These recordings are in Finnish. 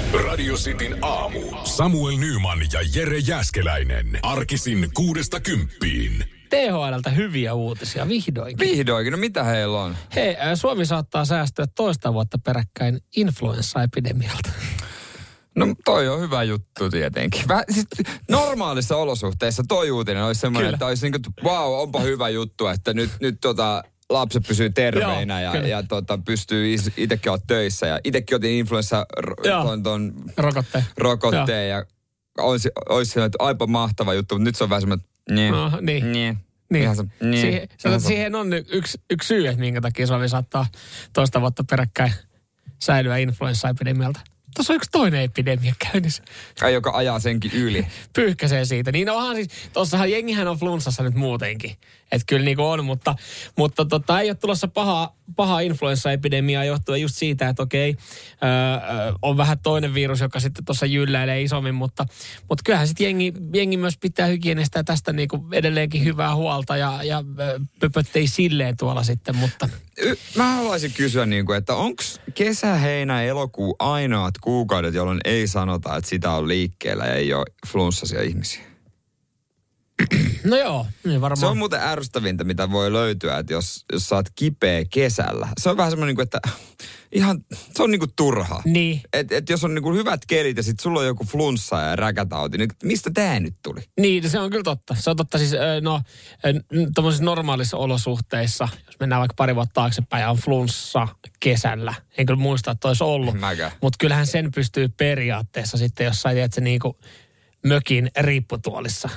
Radio Cityn aamu. Samuel Nyman ja Jere Jääskeläinen. Arkisin 6–10. THL:ltä hyviä uutisia, vihdoinkin. Vihdoinkin, no mitä heillä on? Hei, Suomi saattaa säästyä toista vuotta peräkkäin influenssaepidemialta. No toi on hyvä juttu tietenkin. Siis normaalissa olosuhteissa toi uutinen olisi semmoinen, että olisi niinku, onpa hyvä juttu, että nyt lapset pysyy terveinä ja pystyy itsekin olla töissä. Ja itsekin otin influenssa-rokotteen ja olisi sellainen, että aipa mahtava juttu, mutta nyt se on vähän semmoinen, Niin. Siihen on yksi syy, että minkä takia Suomi saattaa toista vuotta peräkkäin säilyä influenssaepidemialta. Tuossa on yksi toinen epidemia käynnissä. Joka ajaa senkin yli. Pyyhkäsee siitä. Niin onhan siis, tuossahan jengihän on flunssassa nyt muutenkin. Että kyllä niin kuin on, mutta ei ole tulossa paha influenssaepidemiaa johtuen just siitä, että on vähän toinen virus, joka sitten tuossa jylläilee isommin, mutta kyllähän sitten jengi myös pitää hygienistä ja tästä niin kuin edelleenkin hyvää huolta ja pöpöttei silleen tuolla sitten, mutta... Mä haluaisin kysyä, että onko kesä, heinä, elokuu ainoat kuukaudet, jolloin ei sanota, että sitä on liikkeellä ja ei ole flunssaisia ihmisiä? No joo, niin varmaan. Se on muuten ärsyttävintä, mitä voi löytyä, että jos sä oot kipeä kesällä. Se on vähän semmoinen, että se on niinku turha. Niin. Et jos on niinku hyvät kelit ja sit sulla on joku flunssa ja räkätauti, niin mistä tää nyt tuli? Niin, se on kyllä totta. Se on totta siis, tommosissa normaalissa olosuhteissa, jos mennään vaikka pari vuotta taaksepäin ja on flunssa kesällä. En kyllä muista, että olisi ollut. Mutta kyllähän sen pystyy periaatteessa sitten, jos sä tiedät se niinku... mökin riipputuolissa.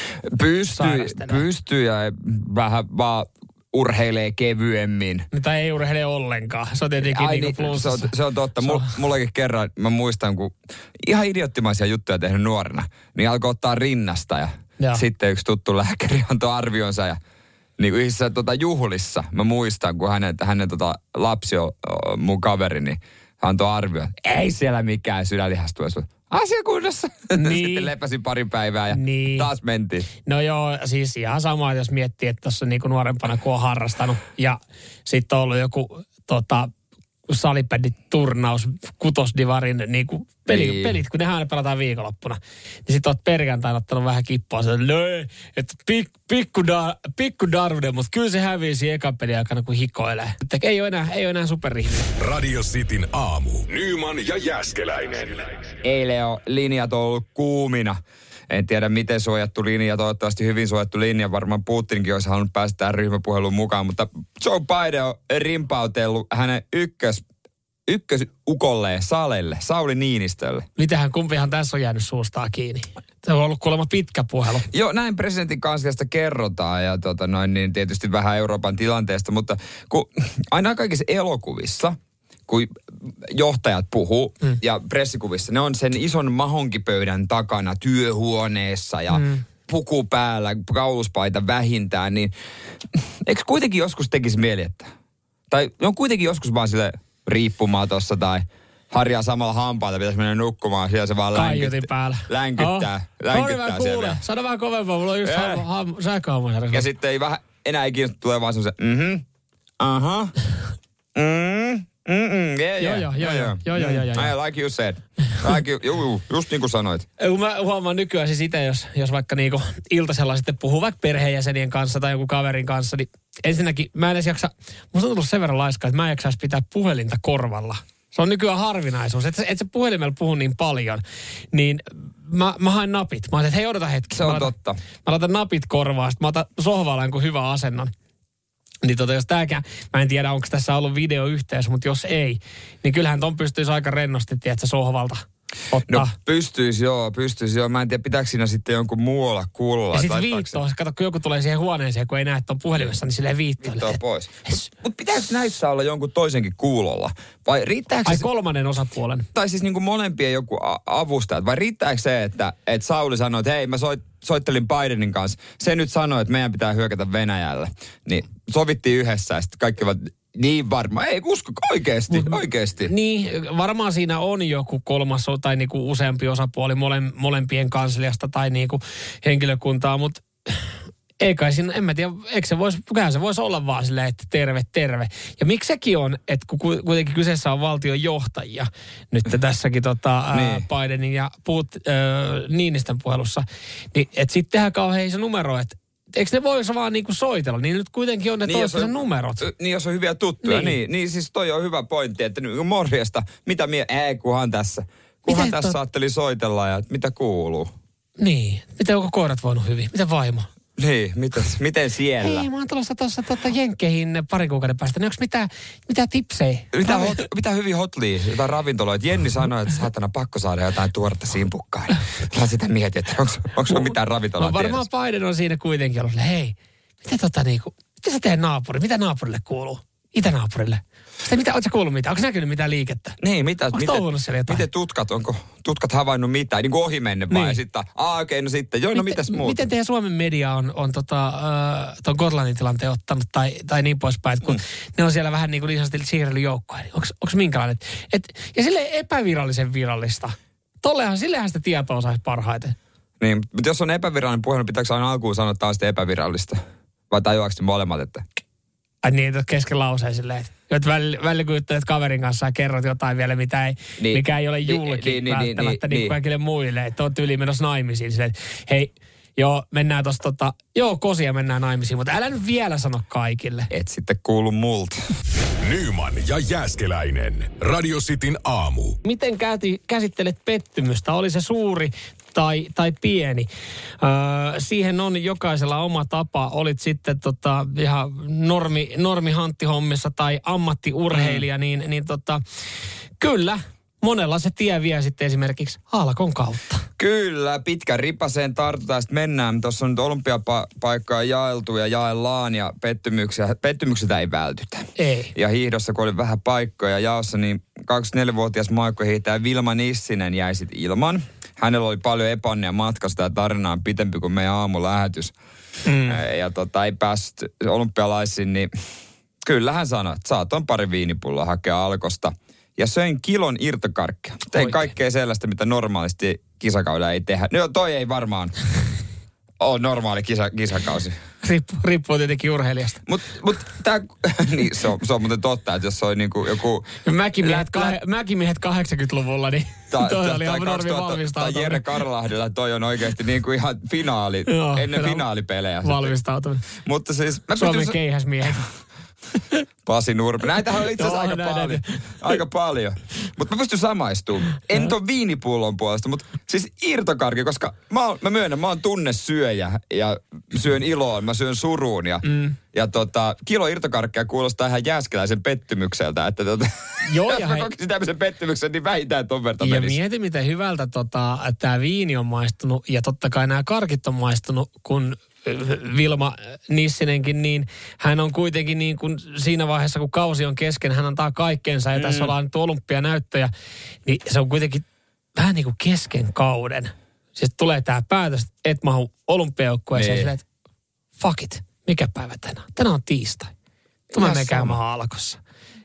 Pystyy ja vähän vaan urheilee kevyemmin. Tai ei urheile ollenkaan. Se on tietenkin niin flunssassa. Se on totta. Mullakin kerran, mä muistan, kun ihan idioottimaisia juttuja tehnyt nuorena, niin alkoi ottaa rinnasta ja sitten yksi tuttu lääkäri antoi arvionsa ja niin kuin yhdessä juhlissa, mä muistan, kun hänen lapsi on mun kaveri, niin hän antoi arvion. Ei siellä mikään sydänlihastuessa. Asiakunnassa. Niin. Sitten lepäsin pari päivää ja taas mentiin. No joo, siis ihan sama, jos miettii, että tuossa niinku nuorempana kun on harrastanut ja sitten on ollut joku salibänditurnaus, kutosdivarin niinku pelit, kun nehän aina pelataan viikonloppuna. Niin sitten oot perjantaina ottanut vähän kippaa. Että pikku darvuden, mutta kyllä se hävisi ekan pelin aikana, kun hikoilee. Että ei ole enää superihminen. Radio Cityn aamu. Nyman ja Jääskeläinen. Eilen on linjat ollut kuumina. En tiedä, miten suojattu linja, toivottavasti hyvin suojattu linja. Varmaan Putinkin olisi halunnut päästä tähän ryhmäpuheluun mukaan, mutta Joe Biden on rimpautellut hänen ykkösukolleen Sauli Niinistölle. Kumpihan tässä on jäänyt suustaan kiinni? Se on ollut kuulemma pitkä puhelu. Joo, näin presidentin kansliasta kerrotaan ja niin tietysti vähän Euroopan tilanteesta, mutta kun aina kaikissa elokuvissa, kun johtajat puhuu ja pressikuvissa, ne on sen ison mahonkipöydän takana työhuoneessa ja puku päällä, kauluspaita vähintään, niin eikö kuitenkin joskus tekisi mieli, että... Tai on kuitenkin joskus vaan sille riippumaan tossa tai harjaa samalla hampaata, pitäisi mennä nukkumaan, siellä se vaan länkyttää siellä. Sano vähän kovempaa, mulla on just sähköhammasarja. Ja sitten ei vähän enää ikinä tulee vaan semmoisen, Joo. I like you said. Just niin kuin sanoit. Mä huomaan nykyään siis itse, jos vaikka niinku iltasella sitten puhuu vaikka perheenjäsenien kanssa tai joku kaverin kanssa, niin ensinnäkin mä en edes jaksa, musta on tullut sen verran laiskaa, että mä en jaksaisi pitää puhelinta korvalla. Se on nykyään harvinaisuus, että et se puhelimella puhu niin paljon, niin mä haen napit. Mä ajattelin, että hei odota hetki. Se on totta. Mä laitan napit korvaan, sitten mä otan sohvalla jonkun hyvän asennon. Niin jos tääkään, mä en tiedä onko tässä ollut videoyhteys, mutta jos ei, niin kyllähän ton pystyisi aika rennosti, tiedätkö, sohvalta ottaa. No pystyisi joo. Mä en tiedä, pitääkö siinä sitten jonkun muualla kuulolla. Ja sitten viittoa, kato kun joku tulee siihen huoneeseen, kun ei näe, että on puhelimessa, niin silleen viittoa pois. Mutta pitääkö näissä olla jonkun toisenkin kuulolla? Vai riittääkö kolmannen osapuolen? Tai siis niinku molempien joku avustajat. Vai riittääkö se, että Sauli sanoi, että hei mä soittelin Bidenin kanssa. Se nyt sanoi, että meidän pitää hyökätä Venäjälle. Niin sovittiin yhdessä ja sitten kaikki ovat niin varma. Ei usko oikeasti. Niin, varmaan siinä on joku kolmas tai niinku useampi osapuoli molempien kansliasta tai niinku henkilökuntaa, mutta Ei kai siinä, en mä tiedä, kyllähän se voisi olla vaan silleen, että terve. Ja miksi sekin on, että kun kuitenkin kyseessä on valtion johtajia, nyt tässäkin niin. Bidenin ja Niinistön puhelussa, niin että sitten tehdään kauhean iso numero, että eikö ne voisi vaan niinku soitella? Niin nyt kuitenkin on ne toistensa numerot. Niin, jos on hyviä tuttuja. Niin siis toi on hyvä pointti, että morjesta, kunhan tässä saattelin soitella ja mitä kuuluu. Niin, miten onko koirat voinut hyvin? Miten vaimo? Niin, miten siellä? Hei, mä oon tulossa tuossa Jenkkeihin parin kuukauden päästä. Niin onko mitä tipsejä? Mitä hyvin hotlia, jotain ravintoloita? Jenni sanoi, että saatana pakko saada jotain tuoretta simpukkaa. Mä sitä mietin, että onko mitään ravintolaa varmaan Biden on siinä kuitenkin ollut, hei, mitä sä teet naapuri? Mitä naapurille kuuluu? Itänaapurille? Ootko sä kuullut mitään? Onko näkynyt mitään liikettä? Niin, miten onko tutkat havainnut mitään? Niin kuin ohi menne vaan ja sitten, no sitten, mitäs muuta? Miten teidän Suomen media on ton Gotlandin tilanteen ottanut tai niin poispäin, kun ne on siellä vähän niin kuin sanotusti siirrellyt joukkoja. Niin onko minkälainen? Ja silleen epävirallisen virallista. Sillehän sitä tietoa saisi parhaiten. Niin, mutta jos on epävirallinen puhelu, pitääkö aina alkuun sanoa taas sitä epävirallista? Vai tajuaako ne molemmat, että... Ai niin, että kesken lauseen silleen, että välillä kun juttelet kaverin kanssa ja kerrot jotain vielä, mikä ei ole julki välttämättä niin kaikille muille. Että oot yli menossa naimisiin silleen, että hei, joo, mennään tosta kosia mennään naimisiin, mutta älä nyt vielä sano kaikille. Et sitten kuulu multa. Nyman ja Jääskeläinen. Radio Cityn aamu. Miten käsittelet pettymystä? Oli se suuri tai pieni? Siihen on jokaisella oma tapa. Olit sitten ihan normi-hanttihommissa tai ammattiurheilija, niin kyllä. Monella se tie vie sitten esimerkiksi Alkon kautta. Kyllä, pitkän ripaseen tartutaan, sitten mennään. Tuossa on nyt olympiapaikkaa jaeltu ja jaellaan ja pettymykset ei vältytä. Ei. Ja hiihdossa, kun oli vähän paikkoja jaossa, niin 24-vuotias maikkohiihtäjä Vilma Nissinen jäi sitten ilman. Hänellä oli paljon epäonnia matkasta ja tarina on pitempi kuin meidän aamulähetys. Ja ei päässyt olympialaisiin, niin kyllä hän sanoi, että saat on pari viinipulloa hakea Alkosta. Ja söin kilon irtokarkkia. Tein kaikkea sellaista, mitä normaalisti kisakaudella ei tehdä. No toi ei varmaan ole normaali kisakausi. Riippuu tietenkin urheilijasta. Mut tää, niin se on muuten totta, että jos se on niinku joku... Mäkimiehet 80-luvulla, niin toi oli ihan normi valmistautuminen. Tai Jere Karlahdella toi on oikeasti niinku ihan finaali, ennen finaalipelejä. Valmistautuminen. Mutta siis... Suomen keihäsmiehet. Pasi Nurmi. Näitähän on itse asiassa aika paljon. Mutta mä pystyn samaistumaan. En ton viinipullon puolesta, mutta siis irtokarki, koska mä myönnän, mä oon tunnesyöjä ja syön iloon, mä syön suruun. Ja kilo irtokarkkia kuulostaa ihan Jääskeläisen pettymykseltä, että joo, jos mä kokisin tämmöisen pettymyksen, niin vähintään ton verta menisi. Ja mieti, miten hyvältä tää viini on maistunut ja totta kai nämä karkit on maistunut, kun Vilma Nissinenkin, niin hän on kuitenkin niin kuin siinä vaiheessa, kun kausi on kesken, hän antaa kaikkeensa ja tässä ollaan nyt olympianäyttöjä, niin se on kuitenkin vähän niin kuin kesken kauden. Siis tulee tämä päätös, että mahu olympiajoukkueeseen silleen, että fuck it, mikä päivä tänään? Tänään on tiistai. Tulee käymään Alkossa.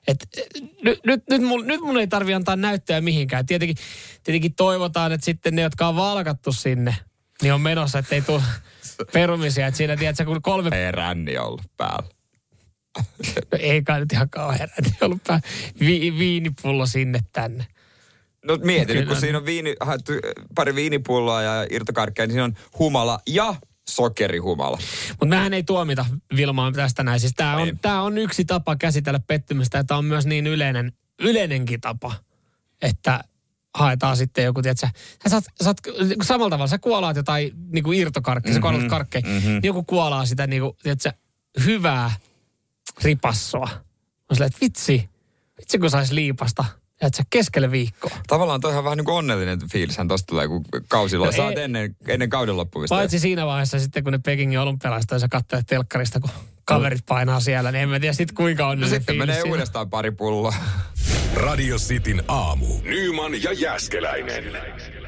Nyt mun ei tarvitse antaa näyttöä mihinkään. Tietenkin toivotaan, että sitten ne, jotka on valkattu sinne, niin on menossa, ettei tule perumisia. Että siinä, tiedätkö, kun 3... Ei ränni ollut päällä. No ei kai nyt ihan kauhean ränni ollut päällä. Viinipullo sinne tänne. No mieti nyt, kun siinä on pari viinipulloa ja irtokarkkeja, niin siinä on humala ja sokerihumala. Mutta mehän ei tuomita Vilmaa tästä näin. Siis tää on yksi tapa käsitellä pettymystä, ja tää on myös niin yleinenkin tapa, että haetaan sitten joku, tiedätkö, sä saat samalla tavalla, sä kuolaat jotain niinku irtokarkkeja, sä kuolaat karkkeja, niin joku kuolaa sitä niinku, tiedätkö, hyvää ripassoa. On silleen, että vitsi kun sais liipasta, tiedätkö, keskelle viikkoa. Tavallaan toihan vähän niin kuin onnellinen fiilishän tosta tulee, kun kausilla saat ennen kauden loppumista. Paitsi siinä vaiheessa sitten, kun ne Pekingin olympialaiset ja sä katselet telkkarista, kun kaverit painaa siellä, niin en mä tiedä sitten kuinka onnellinen sitten fiilis. Sitten menee uudestaan pari pulloa. Radio Cityn aamu. Nyman ja Jääskeläinen.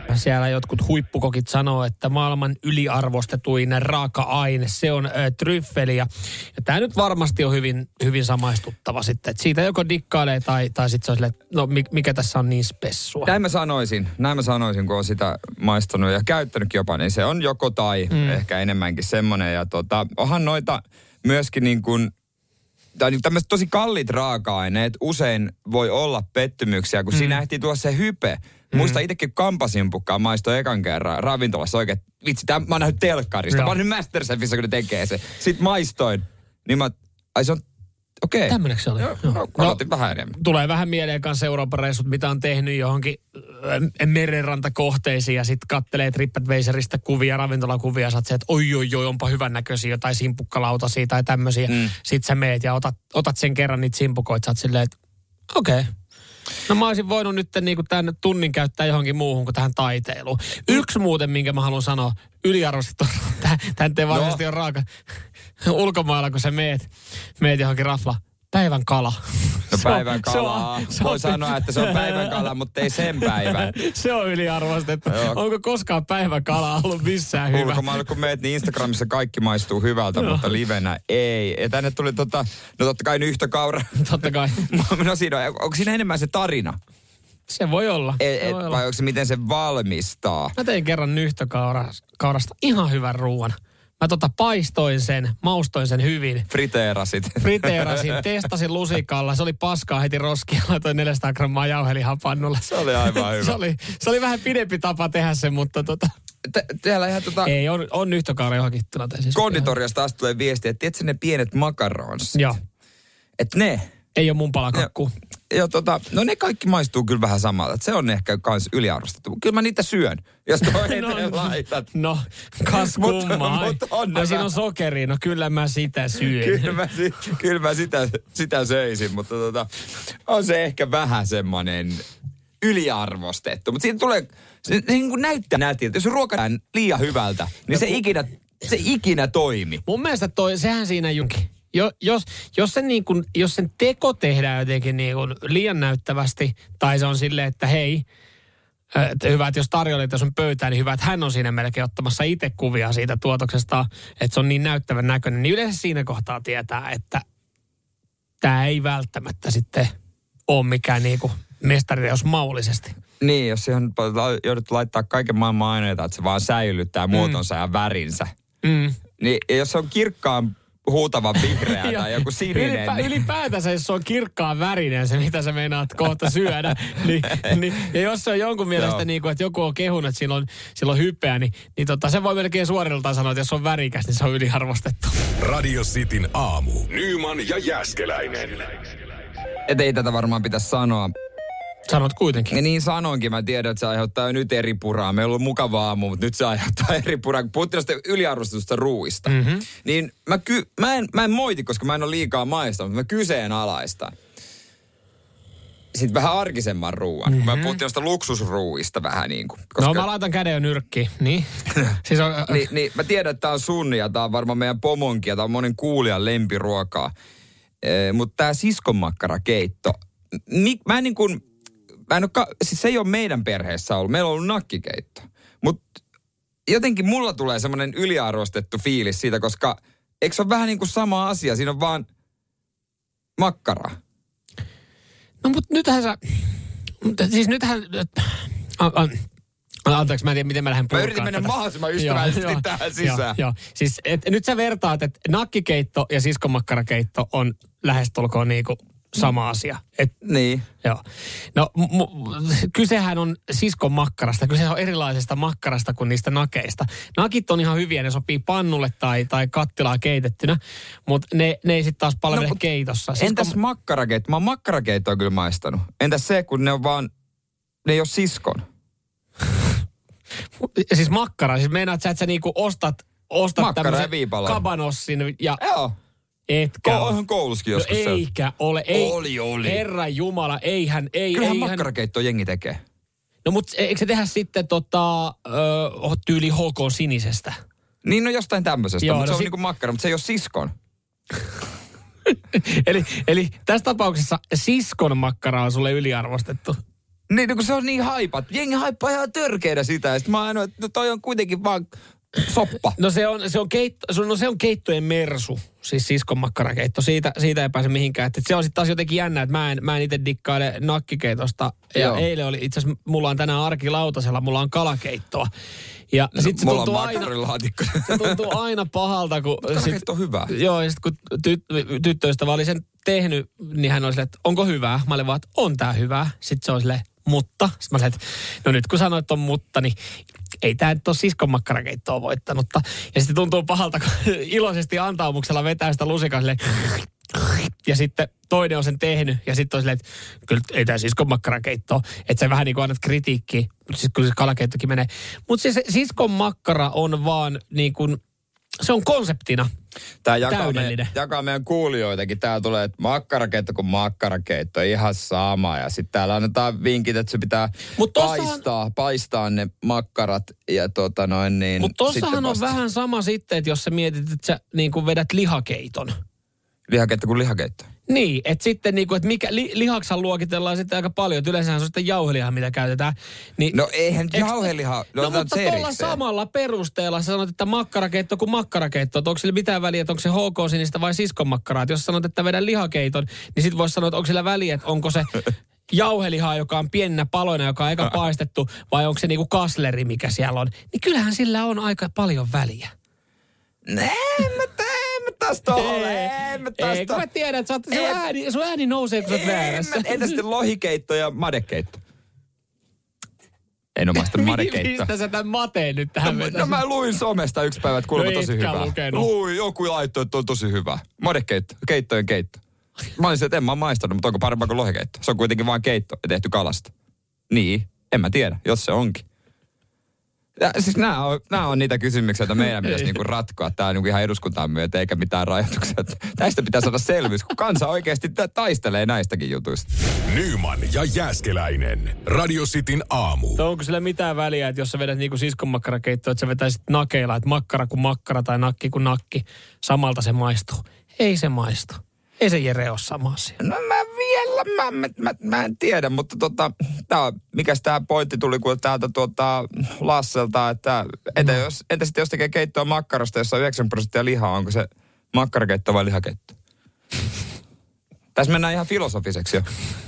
Siellä jotkut huippukokit sanoo, että maailman yliarvostetuin raaka-aine, se on tryffeli. Ja tämä nyt varmasti on hyvin, hyvin samaistuttava sitten. Että siitä joko dikkailee tai sitten se on silleen, että no mikä tässä on niin spessua. Näin mä sanoisin, kun on sitä maistanut ja käyttänytkin jopa, niin se on joko tai ehkä enemmänkin semmoinen. Ja onhan noita myöskin niin kuin, tai tämmöiset tosi kalliit raaka-aineet usein voi olla pettymyksiä, kun siinä ehtii tuoda se hype. Muista itsekin kampasimpukkaa maistoi ekan kerran ravintolassa oikein, vitsi, mä oon nähnyt telkkarista. Mä oon nyt Masterchefissä, kun ne tekee se. Sitten maistoin, niin se on, okei. Tämmöneksi se oli. Odotin vähän enemmän. Tulee vähän mieleen kanssa Euroopan reissut, mitä on tehnyt johonkin merenrantakohteisiin ja sitten kattelee TripAdvisorista kuvia, ravintolakuvia, sä oot se, että oi, onpa hyvän näköisiä jotain simpukkalautasia tai tämmöisiä. Sitten sä meet ja otat sen kerran niitä simpukoita, sä oot silleen, että okei. No mä olisin voinut nyt niinku tämän tunnin käyttää johonkin muuhun kuin tähän taiteiluun. Yksi muuten, minkä mä haluan sanoa, yliarvostettu, tämän te varsinaisesti on raaka. Ulkomailla, kun sä meet johonkin rafla, päivän kala. No päivän kalaa. Voi sanoa, että se on päivän kala, mutta ei sen päivän. Se on yliarvostettu. Onko koskaan päivän kala ollut missään hyvä? Ulkomailla kun meet, niin Instagramissa kaikki maistuu hyvältä, mutta livenä ei. Ja tänne tuli no totta kai nyhtökaura. Totta kai. No siinä onko siinä enemmän se tarina? Se voi olla. Vai onko se miten se valmistaa? Mä tein kerran nyhtökaurasta ihan hyvän ruoan. Mä paistoin sen, maustoin sen hyvin. Friteerasin, testasin lusikalla. Se oli paskaa heti roskia. Laitoin 400 grammaa jauhelihaa pannulle. Se oli aivan hyvä. se oli vähän pidempi tapa tehdä sen, mutta Täällä ihan Ei, on nyhtökaura johonkin tilanteeseen. Konditoriasta taas tulee viestiä, että tiedätkö ne pienet macarons? Joo. Että ne... Ei ole mun palakakku. Joo, no ne kaikki maistuu kyllä vähän samalta. Se on ehkä kans yliarvostettu. Kyllä mä niitä syön, jos toinen laitat. No, kas kummaa. Siinä on sokeria, no kyllä mä sitä syön. Kyllä mä sitä söisin, mutta on se ehkä vähän semmoinen yliarvostettu. Mutta siitä tulee, se niin kuin näyttää nätiltä. Jos ruokataan liian hyvältä, niin se ikinä toimi. Mun mielestä sehän siinä junkin. Jos sen teko tehdään jotenkin niin kuin liian näyttävästi, tai se on silleen, että hei, että hyvä, että jos tarjoilijat jos on pöytään, niin hyvä, että hän on siinä melkein ottamassa itse kuvia siitä tuotoksesta, että se on niin näyttävän näköinen, niin yleensä siinä kohtaa tietää, että tämä ei välttämättä sitten ole mikään niin kuin mestariteos maullisesti. Niin, jos siihen joudut laittaa kaiken maailman aineita, että se vaan säilyttää muotonsa ja värinsä. Niin jos se on kirkkaan huutavan vihreä tai joku sininen. Ylipäätänsä, jos se on kirkkaan värinen se, mitä sä meinaat kohta syödä, niin, ja jos se on jonkun mielestä niin kuin, että joku on kehunut, että sillä on hypeä, niin se voi melkein suoriltaan sanoa, että jos on värikäs, niin se on yliarvostettu. Radio Cityn aamu. Nyman ja Jääskeläinen. Et ei tätä varmaan pitäisi sanoa. Sanot kuitenkin. Ja niin sanoinkin. Mä tiedän, että se aiheuttaa nyt eri puraa. Meillä on mukava aamu, mutta nyt se aiheuttaa eri puraa. Kun puhuttiin näistä yliarvostetusta ruuista, niin mä en moiti, koska mä en ole liikaa maistanut, mutta mä kyseenalaistan. Sitten vähän arkisemman ruuan. Mä puhuttiin näistä luksusruuista vähän niin kuin. Koska... No mä laitan käden jo nyrkkiin, niin? Siis on... niin mä tiedän, että tää on sun ja tää on varmaan meidän pomonkin ja tää on monen kuulijan lempiruokaa. Mutta tää siskonmakkarakeitto, siis se ei ole meidän perheessä ollut. Meillä on ollut nakkikeitto. Mutta jotenkin mulla tulee semmoinen yliarvostettu fiilis siitä, koska eikö se ole vähän niin kuin sama asia? Siinä on vaan makkara. No mutta nythän anteeksi, mä en tiedä, miten mä lähden purkaan. Mä yritin mennä mahdollisimman ystävällisesti tähän sisään. Joo. Siis nyt sä vertaat, että nakkikeitto ja siskonmakkarakeitto on lähestulkoon niinku sama asia. Niin. Joo. No kysehän on siskonmakkarasta. Kyse on erilaisesta makkarasta kuin niistä nakeista. Nakit on ihan hyviä, ne sopii pannulle tai kattilaa keitettynä, mutta ne ei sitten taas palvele keitossa. Entäs makkarakeitto? Mä oon makkarakeittoa kyllä maistanut. Entäs se, kun ne ei ole siskon? Siis makkara, siis meinaat sä, että sä niinku ostat tämmöisen kabanossin ja... Joo. Etkä ole. Koulussakin joskus no eikä ole. Oli. Herran Jumala, eihän. Kyllähän makkarakeittoa jengi tekee. No mutta eikö se tehdä sitten tyyli HK sinisestä? Niin no jostain tämmöisestä, mutta se on niinku makkara, mutta se ei ole siskon. eli tässä tapauksessa siskon makkara on sulle yliarvostettu. Niin, kun se on niin haipat. Jengi haippaa ihan törkeänä sitä. Ja sit mä ainoa, että no toi on kuitenkin vaan soppa. No se on keittojen mersu, siis siskon makkarakeitto. Siitä ei pääse mihinkään. Et se on sitten taas jotenkin jännä, että mä en itse dikkaile nakkikeitosta. Ja Joo. eilen oli itse asiassa, mulla on tänään arkilautasella, mulla on kalakeittoa. Ja No, sit se mulla tuntuu on aina, makaronilaatikko. se tuntuu aina pahalta, kun... Kalakeitto on hyvä. Joo, ja sitten kun tyttöystävä oli sen tehnyt, niin hän oli silleen, että onko hyvää? Mä olin vaan, että on tää hyvää. Sitten se oli silleen, mutta. Sitten mä olin, että no nyt kun sanoit on mutta, niin ei tää nyt ole siskon makkarakeittoa voittanutta. Ja sitten tuntuu pahalta, kun iloisesti antaumuksella vetää sitä lusikaa silleen, ja sitten toinen on sen tehnyt, ja sitten on silleen, että kyllä ei tää siskon makkarakeittoa. Että sä vähän niin kuin annat kritiikkiä, mutta sitten kun se kalakeittokin menee. Mutta se siskon makkara on vaan niin kuin, se on konseptina Tämä jakaa meidän kuulijoitakin. Tää tulee, että makkarakeitto kuin makkarakeitto, ihan sama. Ja sitten täällä annetaan vinkit, että se pitää paistaa ne makkarat. Ja niin. Mutta tossahan on vähän sama sitten, että jos sä mietit, että sä niin kuin vedät lihakeiton. Lihakeitto kuin lihakeitto. Niin, että sitten niin kuin, että mikä lihaksan luokitellaan sitten aika paljon. Että yleensähän se on sitten jauhelihaa, mitä käytetään. Niin, no eihän jauhelihaa. No mutta tuolla samalla perusteella sä sanot, että makkarakeitto kuin makkarakeitto. Onko sillä mitään väliä, että onko se HK-sinistä vai siskon makkaraa? Et jos sanot, että vedän lihakeiton, niin sit voisi sanoa, että onko sillä väliä, että onko se jauhelihaa, joka on pienenä paloina, joka on aika paistettu, vai onko se niinku kasleri, mikä siellä on. Niin kyllähän sillä on aika paljon väliä. Ei, kun mä tiedän, että sun ääni nousee, kun sä oot väärässä. Entä sitten lohikeitto ja madekeitto? En ole maistanut madekeittoa. Mistä sä tämän mateen nyt tähän vetäsit? No mä luin somesta yksi päivä, että kuulemma tosi hyvää. Lukenut. Joku laittoi, että on tosi hyvä. Madekeitto, keittojen keitto. Mä olisin, että en mä maistanut, mutta onko parempaa kuin lohikeitto? Se on kuitenkin vain keitto ja tehty kalasta. Niin, en mä tiedä, jos se onkin. Ja, siis nämä on niitä kysymyksiä, joita meidän pitäisi niinku ratkoa. Tämä on niinku ihan eduskuntaan myötä, eikä mitään rajoituksia. Tästä pitää saada selvyys, kun kansa oikeasti taistelee näistäkin jutuista. Nyman ja Jääskeläinen. Radio Cityn aamu. Onko sillä mitään väliä, että jos sä vedät niinku siskon makkarakeittoa, että sä vetäisit nakeilla, että makkara kuin makkara tai nakki kuin nakki, samalta se maistuu. Ei se maistu. Ei se Jere ole sama asia. No mä en tiedä, mutta mikäs tää pointti tuli, kun täältä Lasselta, että entä sitten jos tekee keittoa makkarasta, jossa on 9% lihaa, onko se makkarakeitto vai lihakeitto? Tässä mennään ihan filosofiseksi jo.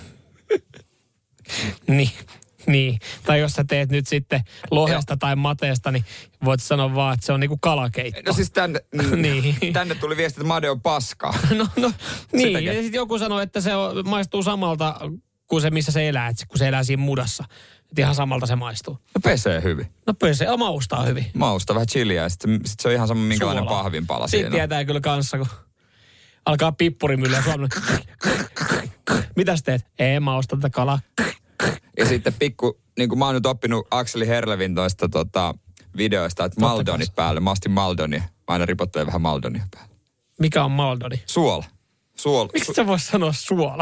Niin. Tai jos sä teet nyt sitten lohesta tai mateesta, niin voit sanoa vaan, että se on niinku kalakeitto. No siis tänne tuli viesti, että made on paskaa. No niin, ja sitten joku sanoi, että se maistuu samalta kuin se, missä se elää, kun se elää siinä mudassa. Että ihan samalta se maistuu. No pesee hyvin. No pesee, maustaa hyvin. Maustaa vähän chiliä ja sitten se on ihan sama, minkälainen pahvinpala siinä. Siitä tietää kyllä kanssa, kun alkaa pippurimyllyä suomalainen. Mitäs teet? Ei mausta tätä kalaa. Ja sitten niin kuin mä oon nyt oppinut Akseli Herlevin toista videoista, että Maldonit päälle. Mä ostin Maldonia. Mä aina ripottelen vähän Maldonia päälle. Mikä on Maldoni? Suola. Miksi sä vois sanoa suola?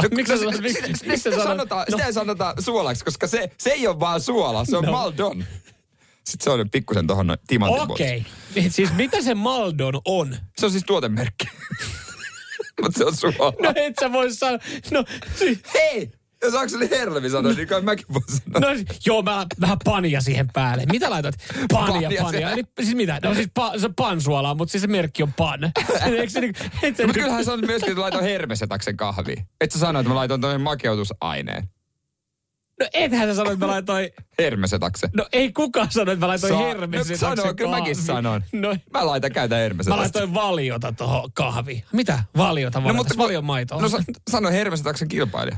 Sitä ei sanota suolaksi, koska se ei ole vaan suola, se on Maldon. Sitten se on pikkusen tohon timantin Okei. Siis mitä se Maldon on? Se on siis tuotemerkki. Mutta se on suola. No et sä voi sanoa. Hei! Jos Akseli Herlevi sanoi, niin kai mäkin voin sanoa. No joo, vähän pania siihen päälle. Mitä laitat? Pania. Eli siis mitä? No siis se pansuolaa, mutta siis se merkki on pan. Mutta kyllähän sanot myöskin, että laitan hermesetaksen kahviin. Et sä sano, että mä laitan toinen makeutusaineen. No ethän sä sano, että mä laitoin... Hermesetaksen. No ei kukaan sano, että mä laitoin hermesetaksen kahviin. Sano, kyllä mäkin sanon. No. Mä käytän hermesetaksen. Mä laitoin valiota tohon kahviin. Mitä? Valiota vaan. No, mutta valion maitoa. No sano hermesetaksen kilpailija.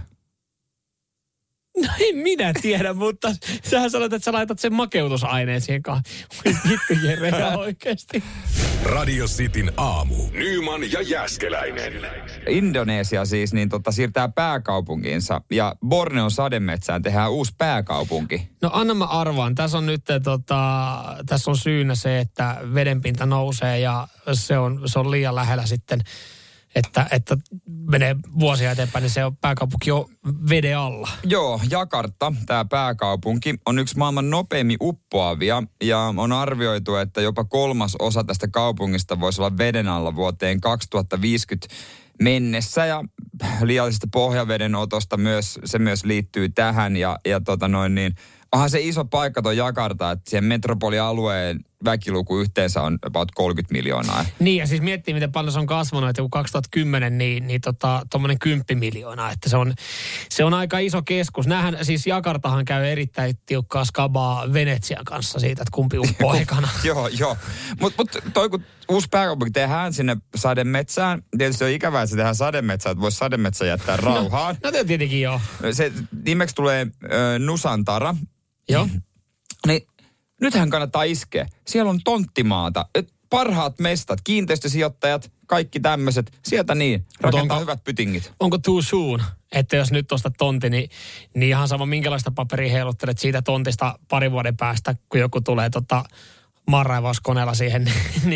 No en minä tiedä, mutta sähän sanoit, että sä laitat sen makeutusaineen siihen kahviin. Vittu Jere, oikeesti. Radio Cityn aamu. Nyman ja Jääskeläinen. Indonesia siis siirtää pääkaupunkiinsa ja Borneon sademetsään tehdään uusi pääkaupunki. No anna mä arvaan. Tässä on nyt tässä on syynä se, että vedenpinta nousee ja se on liian lähellä sitten. Että menee vuosia eteenpäin, niin se on pääkaupunki on veden alla. Joo, Jakarta, tämä pääkaupunki, on yksi maailman nopeimmin uppoavia ja on arvioitu, että jopa 1/3 tästä kaupungista voisi olla veden alla vuoteen 2050 mennessä ja liiallisesta pohjavedenotosta se myös liittyy tähän ja onhan se iso paikka tuo Jakarta, että siihen metropolialueen väkiluku yhteensä on about 30 miljoonaa. Niin, ja siis miettii, miten paljon se on kasvanut, että kun 2010, niin tommoinen 10 miljoonaa, että se on aika iso keskus. Nämähän, siis Jakartahan käy erittäin tiukkaa skabaa Venetsian kanssa siitä, että kumpi uppoo ekana. Joo. Mutta toi kun uusi pääkaupunki tehdään sinne sademetsään, tietysti on ikävää, että se tehdään sademetsään, että voisi sademetsä jättää rauhaan. No tietenkin joo. Se nimeksi tulee Nusantara. Joo. Niin nythän kannattaa iskeä. Siellä on tonttimaata. Parhaat mestat, kiinteistösijoittajat, kaikki tämmöiset. Sieltä niin. Rakentaa hyvät pytingit. Onko too soon, että jos nyt ostat tontti, niin ihan sama minkälaista paperia heiluttelet siitä tontista parin vuoden päästä, kun joku tulee marraivauskoneella siihen,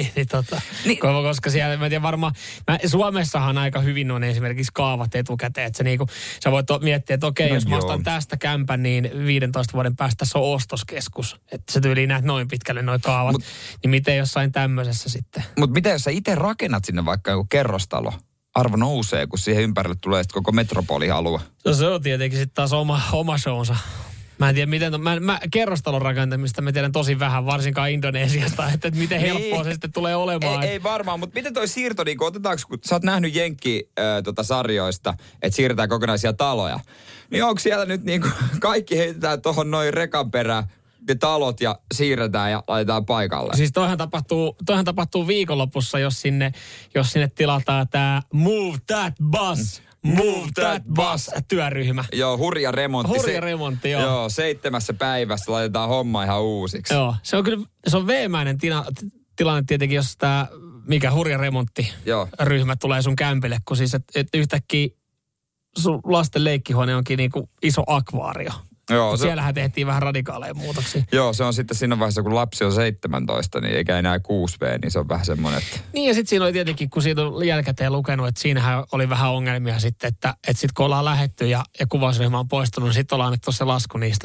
koska siellä, mä tiedän varmaan, Suomessahan aika hyvin on esimerkiksi kaavat etukäteen, että sä voit miettiä, että okei, jos mä ostan tästä kämpän, niin 15 vuoden päästä se on ostoskeskus, että se tyyliin näet noin pitkälle noi kaavat, niin miten jossain tämmöisessä sitten? Mutta miten jos sä itse rakennat sinne vaikka joku kerrostalo? Arvo nousee, kun siihen ympärille tulee sitten koko metropolialue. Se on tietenkin sitten taas oma shownsa. Mä en tiedä, miten mä kerrostalon rakentamista mä tiedän tosi vähän, varsinkaan Indonesiasta, että miten helppoa se sitten tulee olemaan. Ei varmaan, mutta miten toi siirto, niin otetaanko, kun sä oot nähnyt sarjoista, että siirretään kokonaisia taloja, niin onko siellä nyt niin kuin kaikki heitetään tuohon noin rekan perään, ne talot ja siirretään ja laitetaan paikalle? Siis toihan tapahtuu viikonlopussa, jos sinne tilataan tää Move That Bus. Move That Bus -työryhmä. Joo, hurja remontti. Joo. Joo, 7 päivässä laitetaan homma ihan uusiksi. Joo, se on veemäinen tilanne tietenkin, jos tämä hurja remonttiryhmä tulee sun kämpille, kun siis et yhtäkkiä sun lasten leikkihuone onkin niinku iso akvaario. Joo, siellähän tehtiin vähän radikaaleja muutoksia. Joo, se on sitten siinä vaiheessa, kun lapsi on 17, niin eikä enää 6V, niin se on vähän semmoinen, että... Niin, ja sitten siinä oli tietenkin, kun siitä on jälkikäteen lukenut, että siinähän oli vähän ongelmia sitten, että sitten kun ollaan lähdetty ja kuvausryhmä on poistunut, niin sitten ollaan annettu se lasku niistä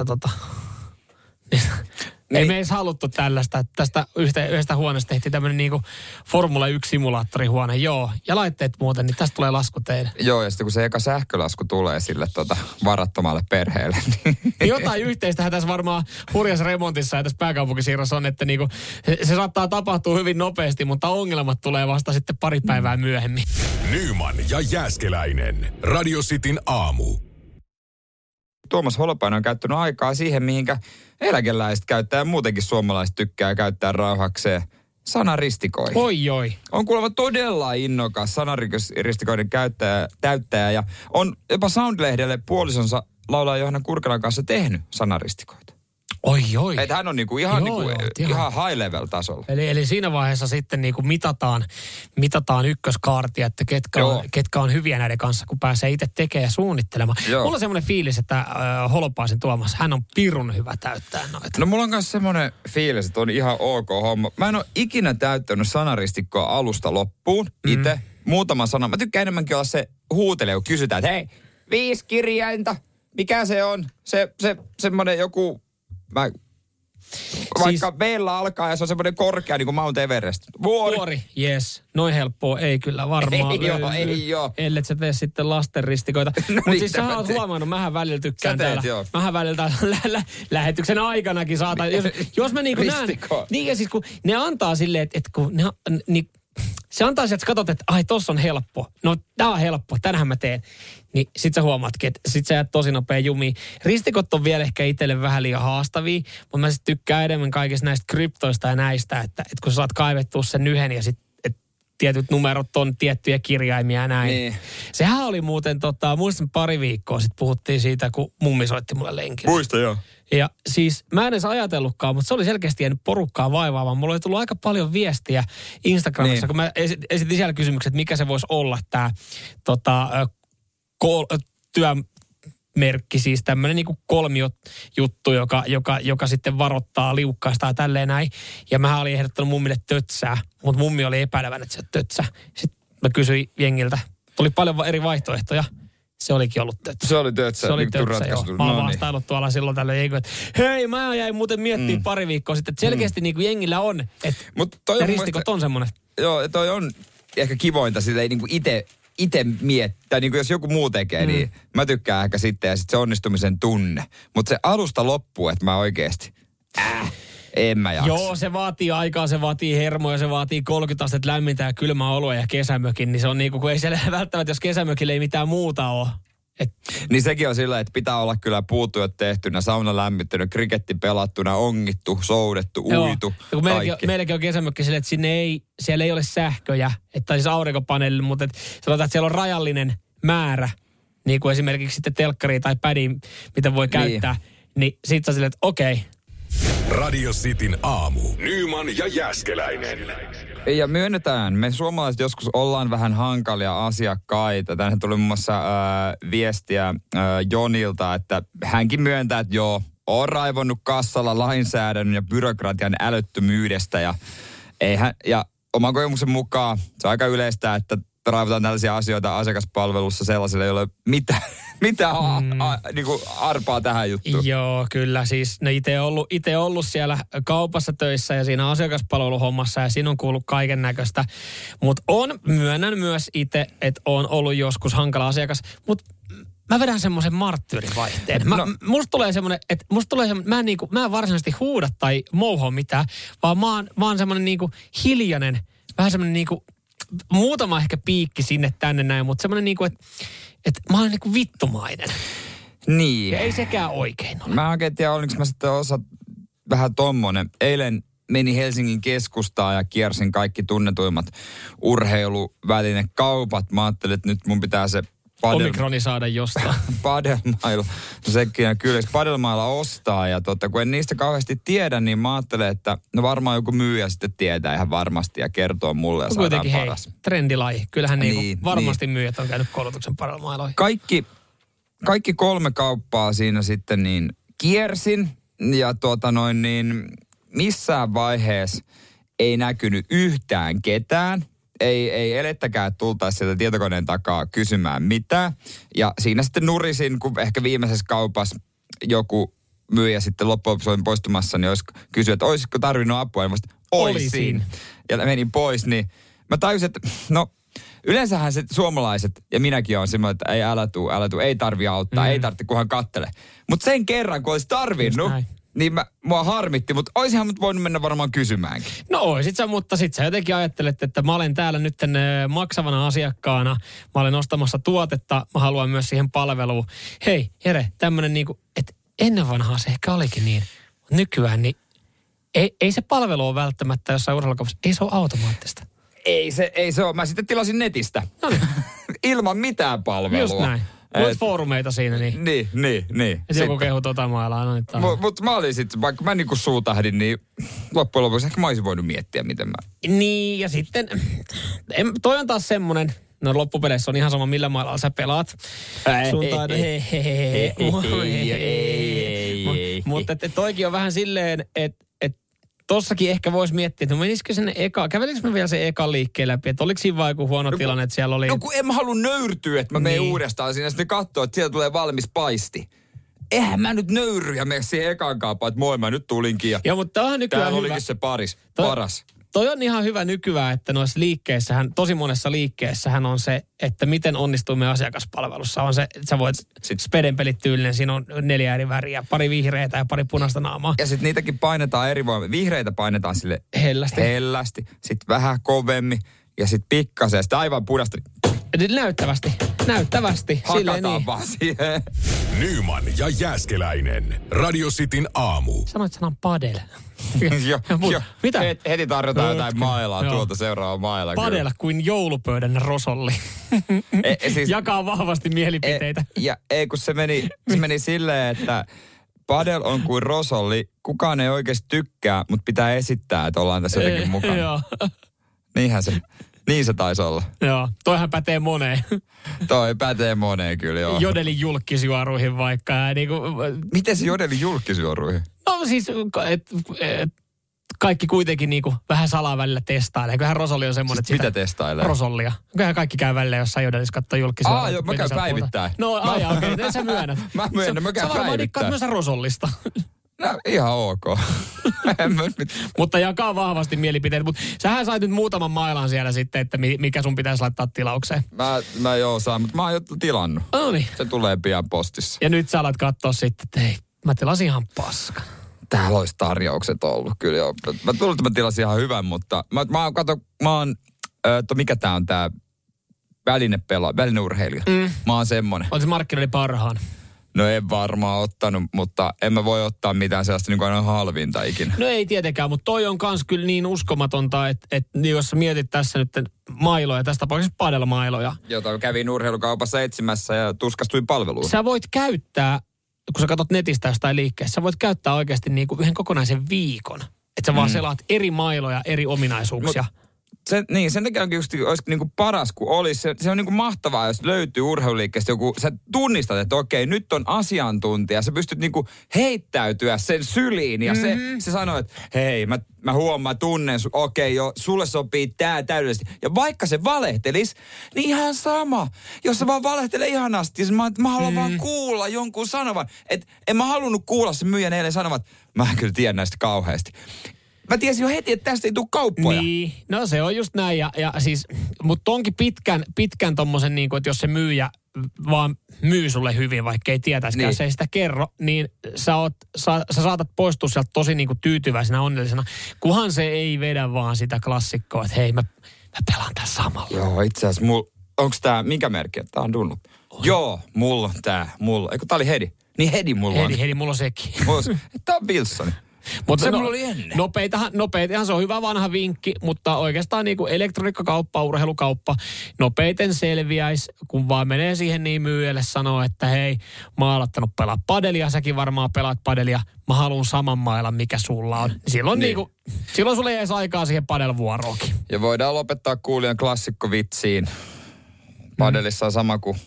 Ei me edes haluttu tällaista, että tästä yhdestä huoneesta tehtiin tämmöinen niinku Formula 1-simulaattorihuone, joo. Ja laitteet muuten, niin tästä tulee lasku teille. Joo, ja sitten kun se eka sähkölasku tulee sille varattomalle perheelle. Niin jotain yhteistähän tässä varmaan hurjassa remontissa ja tässä pääkaupunkisiirrossa on, että niinku, se saattaa tapahtua hyvin nopeasti, mutta ongelmat tulee vasta sitten pari päivää myöhemmin. Nyman ja Jääskeläinen. Radio Cityn aamu. Tuomas Holopainen on käyttänyt aikaa siihen, mihinkä eläkeläiset käyttää ja muutenkin suomalaiset tykkää käyttää rauhakseen sanaristikoihin. Oi. On kuulemma todella innokas sanaristikoiden täyttäjä ja on jopa Soundlehdelle puolisonsa laulaja Johanna Kurkelan kanssa tehnyt sanaristikoita. Oi. Että hän on ihan high level tasolla. Eli siinä vaiheessa sitten niinku mitataan ykköskaartia, että ketkä on hyviä näiden kanssa, kun pääsee itse tekemään ja suunnittelemaan. Joo. Mulla on semmoinen fiilis, että Holopaisen Tuomas, hän on pirun hyvä täyttää noita. No mulla on myös semmoinen fiilis, että on ihan ok homma. Mä en ole ikinä täyttänyt sanaristikkoa alusta loppuun itse. Muutama sana. Mä tykkään enemmänkin olla se huutelija, kun kysytään, että hei, 5 kirjainta, mikä se on? Se semmoinen joku... Vaikka B:llä alkaa ja se on semmoinen korkea niin kuin Mount Everest. Vuori, yes. Noin helppoa ei kyllä varmaan. Ei oo. Ellet sä tee sitten lastenristikoita. Mutta siis sä oot huomannut, mähän välillä tykkään täällä. Mähän välillä lähetyksen aikanakin saatan. Jos mä niinku näen. Niin ja siis kun ne antaa silleen, että kun ne se antaa sieltä, että katsot, että ai tossa on helppo. No tää on helppo, tänähän mä teen. Niin sit sä huomaatkin, että sit sä jäät tosi nopea jumiin. Ristikot on vielä ehkä itselle vähän liian haastavia, mutta mä sit tykkään enemmän kaikista näistä kryptoista ja näistä, että kun sä saat kaivettua sen yhden ja sit tietyt numerot on tiettyjä kirjaimia ja näin. Niin. Sehän oli muuten, muistan pari viikkoa sitten puhuttiin siitä, kun mummi soitti mulle lenkille. Muista joo. Ja siis mä en edes ajatellutkaan, mutta se oli selkeästi jäänyt porukkaa vaivaamaan. Mulla oli tullut aika paljon viestiä Instagramissa, niin. Kun mä esitin siellä kysymykset, että mikä se voisi olla tämä työmerkki, siis tämmöinen niinku kolmiojuttu, joka sitten varoittaa liukkaista ja tälleen näin. Ja mä olin ehdottanut mummille tötsää, mutta mummi oli epäilevän, että se on tötsä. Sitten mä kysyin jengiltä, tuli paljon eri vaihtoehtoja. Se olikin ollut tötsä. Se oli tötsä. Se oli tötsä, joo. Mä oon vastaillut tuolla silloin tällöin jengiä, että hei, mä jäin muuten miettimään pari viikkoa sitten, että selkeästi niin kuin jengillä on, että ne ristikot on semmoinen. Joo, toi on ehkä kivointa, sitä ei niin kuin itse itse miettää, niin kuin jos joku muu tekee, niin mä tykkään ehkä sitten ja sitten se onnistumisen tunne. Mutta se alusta loppuu, että mä oikeasti, en mä jaksa. Joo, se vaatii aikaa, se vaatii hermoja, se vaatii 30 astetta lämmintä ja kylmää oloa ja kesämökin. Niin se on niinku, kun ei siellä välttämättä, jos kesämökillä ei mitään muuta ole. Niin sekin on sillä, että pitää olla kyllä puutyöt tehtynä, sauna lämmittynä, kriketti pelattuna, ongittu, soudettu, uitu, kaikki. Meilläkin on kesämökki silleen, että siellä ei ole sähköjä, että siis aurinkopaneeli, mutta sanotaan, että siellä on rajallinen määrä, niin kuin esimerkiksi sitten telkkari tai pädi, mitä voi käyttää. Niin sit sä silleen, että okei. Radio Cityn aamu. Nyman ja Jääskeläinen. Ja myönnetään, me suomalaiset joskus ollaan vähän hankalia asiakkaita. Tänne tuli muun muassa viestiä Jonilta, että hänkin myöntää, että joo, on raivonnut kassalla lainsäädännön ja byrokratian älyttömyydestä. Ja oman kokemuksen mukaan se on aika yleistä, että raivotaan tällaisia asioita asiakaspalvelussa sellaisille, joilla ei ole mitään niin kuin arpaa tähän juttuun. Joo, kyllä. Siis itse ollut siellä kaupassa töissä ja siinä asiakaspalveluhommassa ja siinä on kuullut kaiken näköistä. Mutta myönnän myös itse, että on ollut joskus hankala asiakas, mutta mä vedän semmoisen marttyyrivaihteen. Musta tulee semmoinen, että mä en varsinaisesti huuda tai mouhoa mitään, vaan mä oon semmoinen niinku hiljainen, vähän semmoinen niinku muutama ehkä piikki sinne tänne näin, mutta semmoinen niinku, että mä olen niinku vittumainen. Niin. Ja ei sekään oikein ole. Mä oikein tiedä, olinko mä sitten vähän tommonen. Eilen meni Helsingin keskustaan ja kiersin kaikki tunnetuimmat urheiluvälinekaupat. Mä ajattelin, että nyt mun pitää se Omikroni saada jostain. Padelmailla. No sekin on kyllä. Padelmailla ostaa ja kun en niistä kauheasti tiedä, niin mä ajattelen, että no varmaan joku myyjä sitten tietää ihan varmasti ja kertoo mulle ja saadaan paras. Trendilaji. Kyllähän varmasti myyjät on käynyt koulutuksen Padelmailoihin. Kaikki 3 kauppaa siinä sitten niin kiersin ja missään vaiheessa ei näkynyt yhtään ketään. Ei elettäkään, että tultaisiin sieltä tietokoneen takaa kysymään mitään. Ja siinä sitten nurisin, kun ehkä viimeisessä kaupassa joku myyjä sitten loppujen lopuksi poistumassa, niin olisi kysynyt, että olisiko tarvinnut apua. Ja vasta olisin. Ja menin pois, niin mä tajusin, että no yleensähän se suomalaiset, ja minäkin olen semmoinen, että ei älä tuu, ei tarvi auttaa, ei tarvitse, kunhan kattele. Mutta sen kerran, kun olisi tarvinnut, niin mua harmitti, mutta olisinhan mut voinut mennä varmaan kysymäänkin. No oisit sä, mutta sit sä jotenkin ajattelet, että mä olen täällä nyt maksavana asiakkaana, mä olen ostamassa tuotetta, mä haluan myös siihen palveluun. Hei, Jere, tämmönen niinku, että ennen vanhaa se ehkä olikin niin, mutta nykyään niin ei se palvelu ole välttämättä jossain urheilukaupassa, ei se ole automaattista. Ei se ole, mä sitten tilasin netistä. No niin. Ilman mitään palvelua. Just näin. Muut foorumeita siinä, niin. Niin. Että joku kehu mailaa. No, Mutta mä olin sitten, vaikka mä niinku suutahdin, niin loppujen lopuksi ehkä mä olisin voinut miettiä, miten mä. Niin, ja sitten, toi on taas semmonen, no loppupeleissä on ihan sama, millä mailalla sä pelaat. Mutta toikin on vähän silleen, että tossakin ehkä voisi miettiä, että menisikö sinne kävelikö mä vielä se eka liikkeen läpi, että oliko siinä vaan joku huono tilanne, että siellä oli. No kun en mä halua nöyrtyä, että mä menen uudestaan siinä sitten katsoa, että siellä tulee valmis paisti. Eihän mä nyt nöyry ja mene siihen ekaan kaapaan, että moi mä nyt tulinkin ja mutta on nykyään täällä olikin se paras. Toi on ihan hyvä nykyään, että noissa liikkeissähän, tosi monessa liikkeessähän on se, että miten onnistumme asiakaspalvelussa. On se, että sä voit spedenpelit tyylinen, siinä on 4 eri väriä, pari vihreitä ja pari punaista naamaa. Ja sitten niitäkin painetaan eri voimia. Vihreitä painetaan sille hellästi. Sitten vähän kovemmin ja sitten pikkasen ja sitten aivan punaista. Näyttävästi. Hakataan niin. Vaan siihen. Nyman ja Jääskeläinen. Radio Cityn aamu. Sanoit sanan padel. Joo. Mitä? Heti tarjotaan jotain mailaa tuolta seuraava maila. Padel kuin joulupöydän rosolli. Siis, jakaa vahvasti mielipiteitä. Kun se meni silleen, että padel on kuin rosolli. Kukaan ei oikeasti tykkää, mutta pitää esittää, että ollaan tässä jotenkin mukana. Joo. Niin se taisi olla. Joo, toihan moneen. Toi pätee moneen kyllä, joo. Jodelin julkkisjuoruihin vaikka. Miten se jodelin julkkisjuoruihin? No siis, kaikki kuitenkin vähän salaa välillä testailee. Kyllähän rosolli on semmoinen, että mitä testailee? Rosollia. Kyllähän kaikki käy välillä jossain jodelissa kattoo julkkisjuoruihin. Joo, mä käyn päivittäin. No, okei, sä myönnät. Mä myönnän, mä käyn päivittäin. Sä varmaan dikkaat myös rosollista. No, ihan ok. Mutta jakaa vahvasti mielipiteet. Mutta sähän sait nyt muutaman mailan siellä sitten, että mikä sun pitäisi laittaa tilaukseen. Mä joo saan, mutta mä oon jo tilannut. No niin. Se tulee pian postissa. Ja nyt sä alat katsoa sitten, että hei, mä tilasin ihan paska. Täällä olisi tarjoukset ollut kyllä joo. Mä tilasin ihan hyvän, mutta mikä tää on tää välineurheilija. Mä oon semmonen. On se markkinoiden parhaan. No en varmaan ottanut, mutta en mä voi ottaa mitään sellaista niin kuin aina halvinta ikinä. No ei tietenkään, mutta toi on kans kyllä niin uskomatonta, että jos sä mietit tässä nyt mailoja, tässä tapauksessa padelmailoja. Jota kävin urheilukaupassa etsimässä ja tuskastuin palveluun. Sä voit käyttää, kun sä katsot netistä jostain liikkeessä, sä voit käyttää oikeasti niin kuin yhden kokonaisen viikon. Että sä vaan selaat eri mailoja, eri ominaisuuksia. Sen takia onkin just olisi niinku paras, kun olisi. Se on niinku mahtavaa, jos löytyy urheiluliikkeestä joku, sä tunnistat, että okei, nyt on asiantuntija. Sä pystyt niinku heittäytyä sen syliin ja se sanoo, että hei, mä huomaan, tunnen, sulle sopii tää täydellisesti. Ja vaikka se valehtelis, niin ihan sama. Jos se vaan valehtelee ihanasti, mä haluan vaan kuulla jonkun sanovan. Että en mä halunnut kuulla sen myyjän eilen sanovan, että mä kyllä tiedän näistä kauheasti. Mä tiesin jo heti, että tästä ei tule kauppoja. Niin, no se on just näin. Ja siis, mutta onkin pitkän tommosen, niin kuin, että jos se myyjä vaan myy sulle hyvin, vaikka ei tietäisikään, se ei sitä kerro, niin sä saatat poistua sieltä tosi niin kuin tyytyväisenä, onnellisena, kunhan se ei vedä vaan sitä klassikkoa, että hei, mä pelaan tän samalla. Joo, itse asiassa, onks tää, minkä merkki, että tää on Dunlop? Joo, mulla on tää, eikö tää oli Hedi? Niin Hedi mulla on. Hedi, mulla on sekin. Tää on Wilson. Mutta se mulla oli ennen. Nopeitahan se on hyvä vanha vinkki, mutta oikeastaan niin kuin elektroniikkakauppa, urheilukauppa, nopeiten selviäisi, kun vaan menee siihen niin myyjälle sanoo, että hei, mä oon aloittanut pelaa padelia, säkin varmaan pelaat padelia, mä haluun saman mailan, mikä sulla on. Silloin silloin sulle jäisi aikaa siihen padelvuoroonkin. Ja voidaan lopettaa kuulijan klassikkovitsiin. Padelissa on sama kuin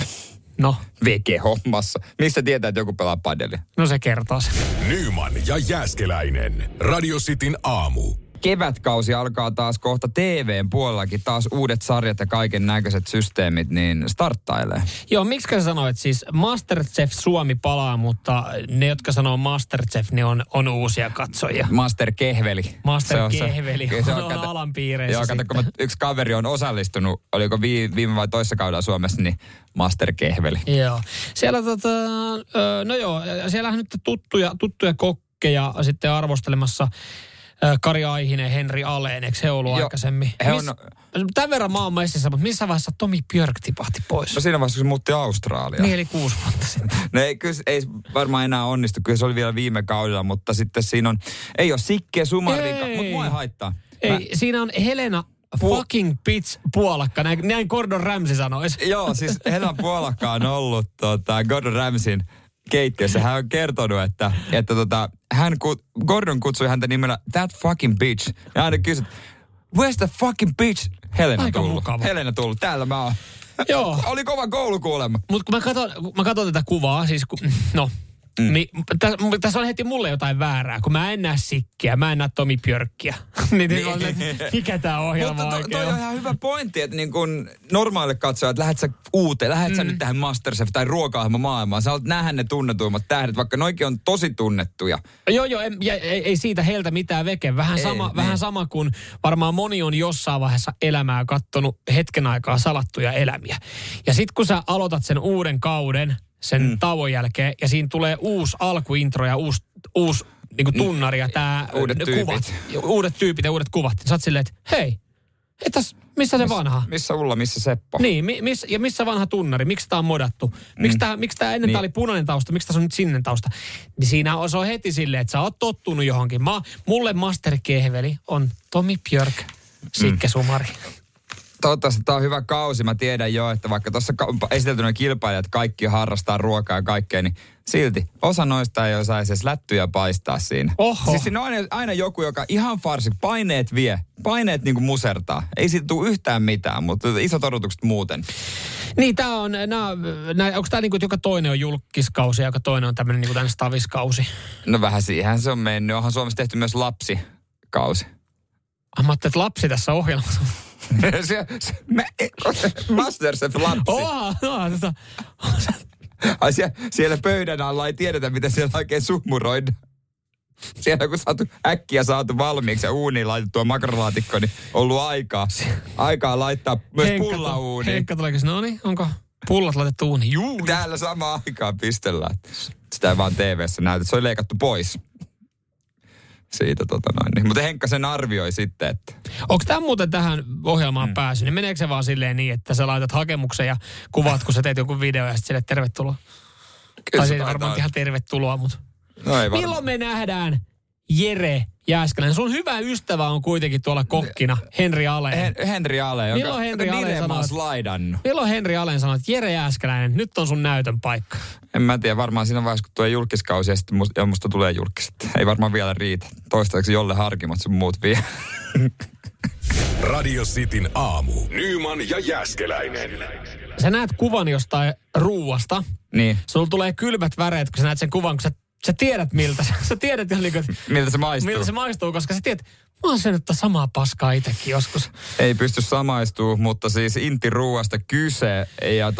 VG-hommassa. Mistä tietää, että joku pelaa padelia? No se kertoo sen. Nyman ja Jääskeläinen. Radio Cityn aamu. Kevätkausi alkaa taas kohta TVn puolellakin. Taas uudet sarjat ja kaiken näköiset systeemit niin starttailee. Joo, miksi sä sanoit siis Masterchef Suomi palaa, mutta ne, jotka sanoo Masterchef, niin on uusia katsojia. Masterkehveli. Masterkehveli on alan piireissä. Joo, kato, kun yksi kaveri on osallistunut, oliko viime vai toissa kaudella Suomessa, niin Masterkehveli. Joo. Siellä siellähän nyt tuttuja kokkeja sitten arvostelemassa Kari Aihinen, Henri Aleen, eikö he ollut aikaisemmin? Tämän verran maan messissä, mutta missä vaiheessa Tomi Björk tipahti pois? No siinä vaiheessa, kun se muutti Australiaan. Niin, eli 6 vuotta sitten. No ei varmaan enää onnistu, kyllä se oli vielä viime kaudella, mutta sitten siinä on, ei ole Sikke Sumarika, mutta mua ei haittaa. Siinä on Helena fucking bitch Puolakka, näin Gordon Ramsay sanoisi. Joo, siis Helena Puolakka on ollut Gordon Ramsayn keittiössä. Hän on kertonut, että Gordon kutsui häntä nimellä that fucking bitch. Ja hän kysyi, where's the fucking bitch? Helena tullut. Täällä mä oon. Joo. Oli kova koulu kuulemma. Mutta kun mä katson tätä kuvaa, siis niin tässä on heti mulle jotain väärää, kun mä en näe Sikkiä, mä en näe Tomi Björkkiä. Mikä tää ohjelma oikein on? Mutta toi on ihan hyvä pointti, että niin kun normaalille katsojat, lähdet sä nyt tähän Masterchef tai ruoka-ohjelmamaailmaan. Sä olet nähdä ne tunnetuimmat tähdet, vaikka noikin on tosi tunnettuja. Joo, ei siitä heiltä mitään veke. Vähän sama kuin varmaan moni on jossain vaiheessa elämää kattonut hetken aikaa salattuja elämiä. Ja sit kun sä aloitat sen uuden kauden, sen tauon jälkeen, ja siinä tulee uusi alkuintro ja uusi niinku tunnari ja uudet tyypit ja uudet kuvat. Sä oot silleen, että hei, missä se vanha? Missä Ulla, missä Seppo? Niin, missä vanha tunnari? Miksi tää on modattu? Miksi tää ennen tää oli punainen tausta? Miksi tässä on nyt sininen tausta? Niin siinä se on heti silleen, että sä oot tottunut johonkin. Mulle Masterkehveli on Tomi Björk, Sikke Sumari. Toivottavasti tämä on hyvä kausi. Mä tiedän jo, että vaikka tuossa esiteltynä kilpailijat kaikki harrastaa ruokaa ja kaikkea, niin silti osa noista ei osaisi edes lättyjä paistaa siinä. Oho. Siis siinä on aina joku, joka ihan farsi, paineet niin kuin musertaa. Ei siitä tule yhtään mitään, mutta isot odotukset muuten. Niin, onko tämä niin kuin, että joka toinen on julkiskausi ja joka toinen on tämmöinen niin kuin staviskausi? No vähän siihen se on mennyt. Onhan Suomessa tehty myös lapsikausi. Mä ajattelin, että lapsi tässä ohjelmassa. Masterchef lapsi. Ai siellä pöydän alla ei tiedetä, mitä siellä oikein sumuroidaan. Siellä kun äkkiä saatu valmiiksi ja uuniin laitettua makaronilaatikkoon, niin ollut aikaa laittaa myös pulla uuniin. Henkka tuleekin, no niin, onko pullat laitettu uuniin? Juu. Täällä samaan aikaan pistellään. Sitä ei vaan TV:ssä näytä. Se oli leikattu pois. Siitä niin. Mutta Henkka sen arvioi sitten, että... Onko tämä muuten tähän ohjelmaan päässyt? Niin meneekö se vaan silleen niin, että sä laitat hakemuksen ja kuvat, kun sä teet jonkun video ja sitten sille tervetuloa? Tai se ei varmaan ihan tervetuloa, mutta... No ei milloin me nähdään Jere Jääskeläinen? Sun hyvä ystävä on kuitenkin tuolla kokkina, Henri Aleen. Henri Aleen, milloin Henri Aleen sanoo, että Jere Jääskeläinen, nyt on sun näytön paikka? En mä tiedä, varmaan siinä vaiheessa, kun tulee julkiskausi ja musta tulee julkis. Ei varmaan vielä riitä. Toistaiseksi Jolle Harkimot sun muut vielä. Radio Cityn aamu. Nyman ja Jääskeläinen. Sä näet kuvan jostain ruuasta. Niin. Sulla tulee kylmät väreet, kun sä näet sen kuvan, kun sä tiedät miltä. Sä tiedät ihan niin kuin, miltä se maistuu. Miltä se maistuu, koska sä tiedät, mä oon syönyt samaa paskaa itsekin joskus. Ei pysty samaistuu, mutta siis intiruuasta kyse. Ja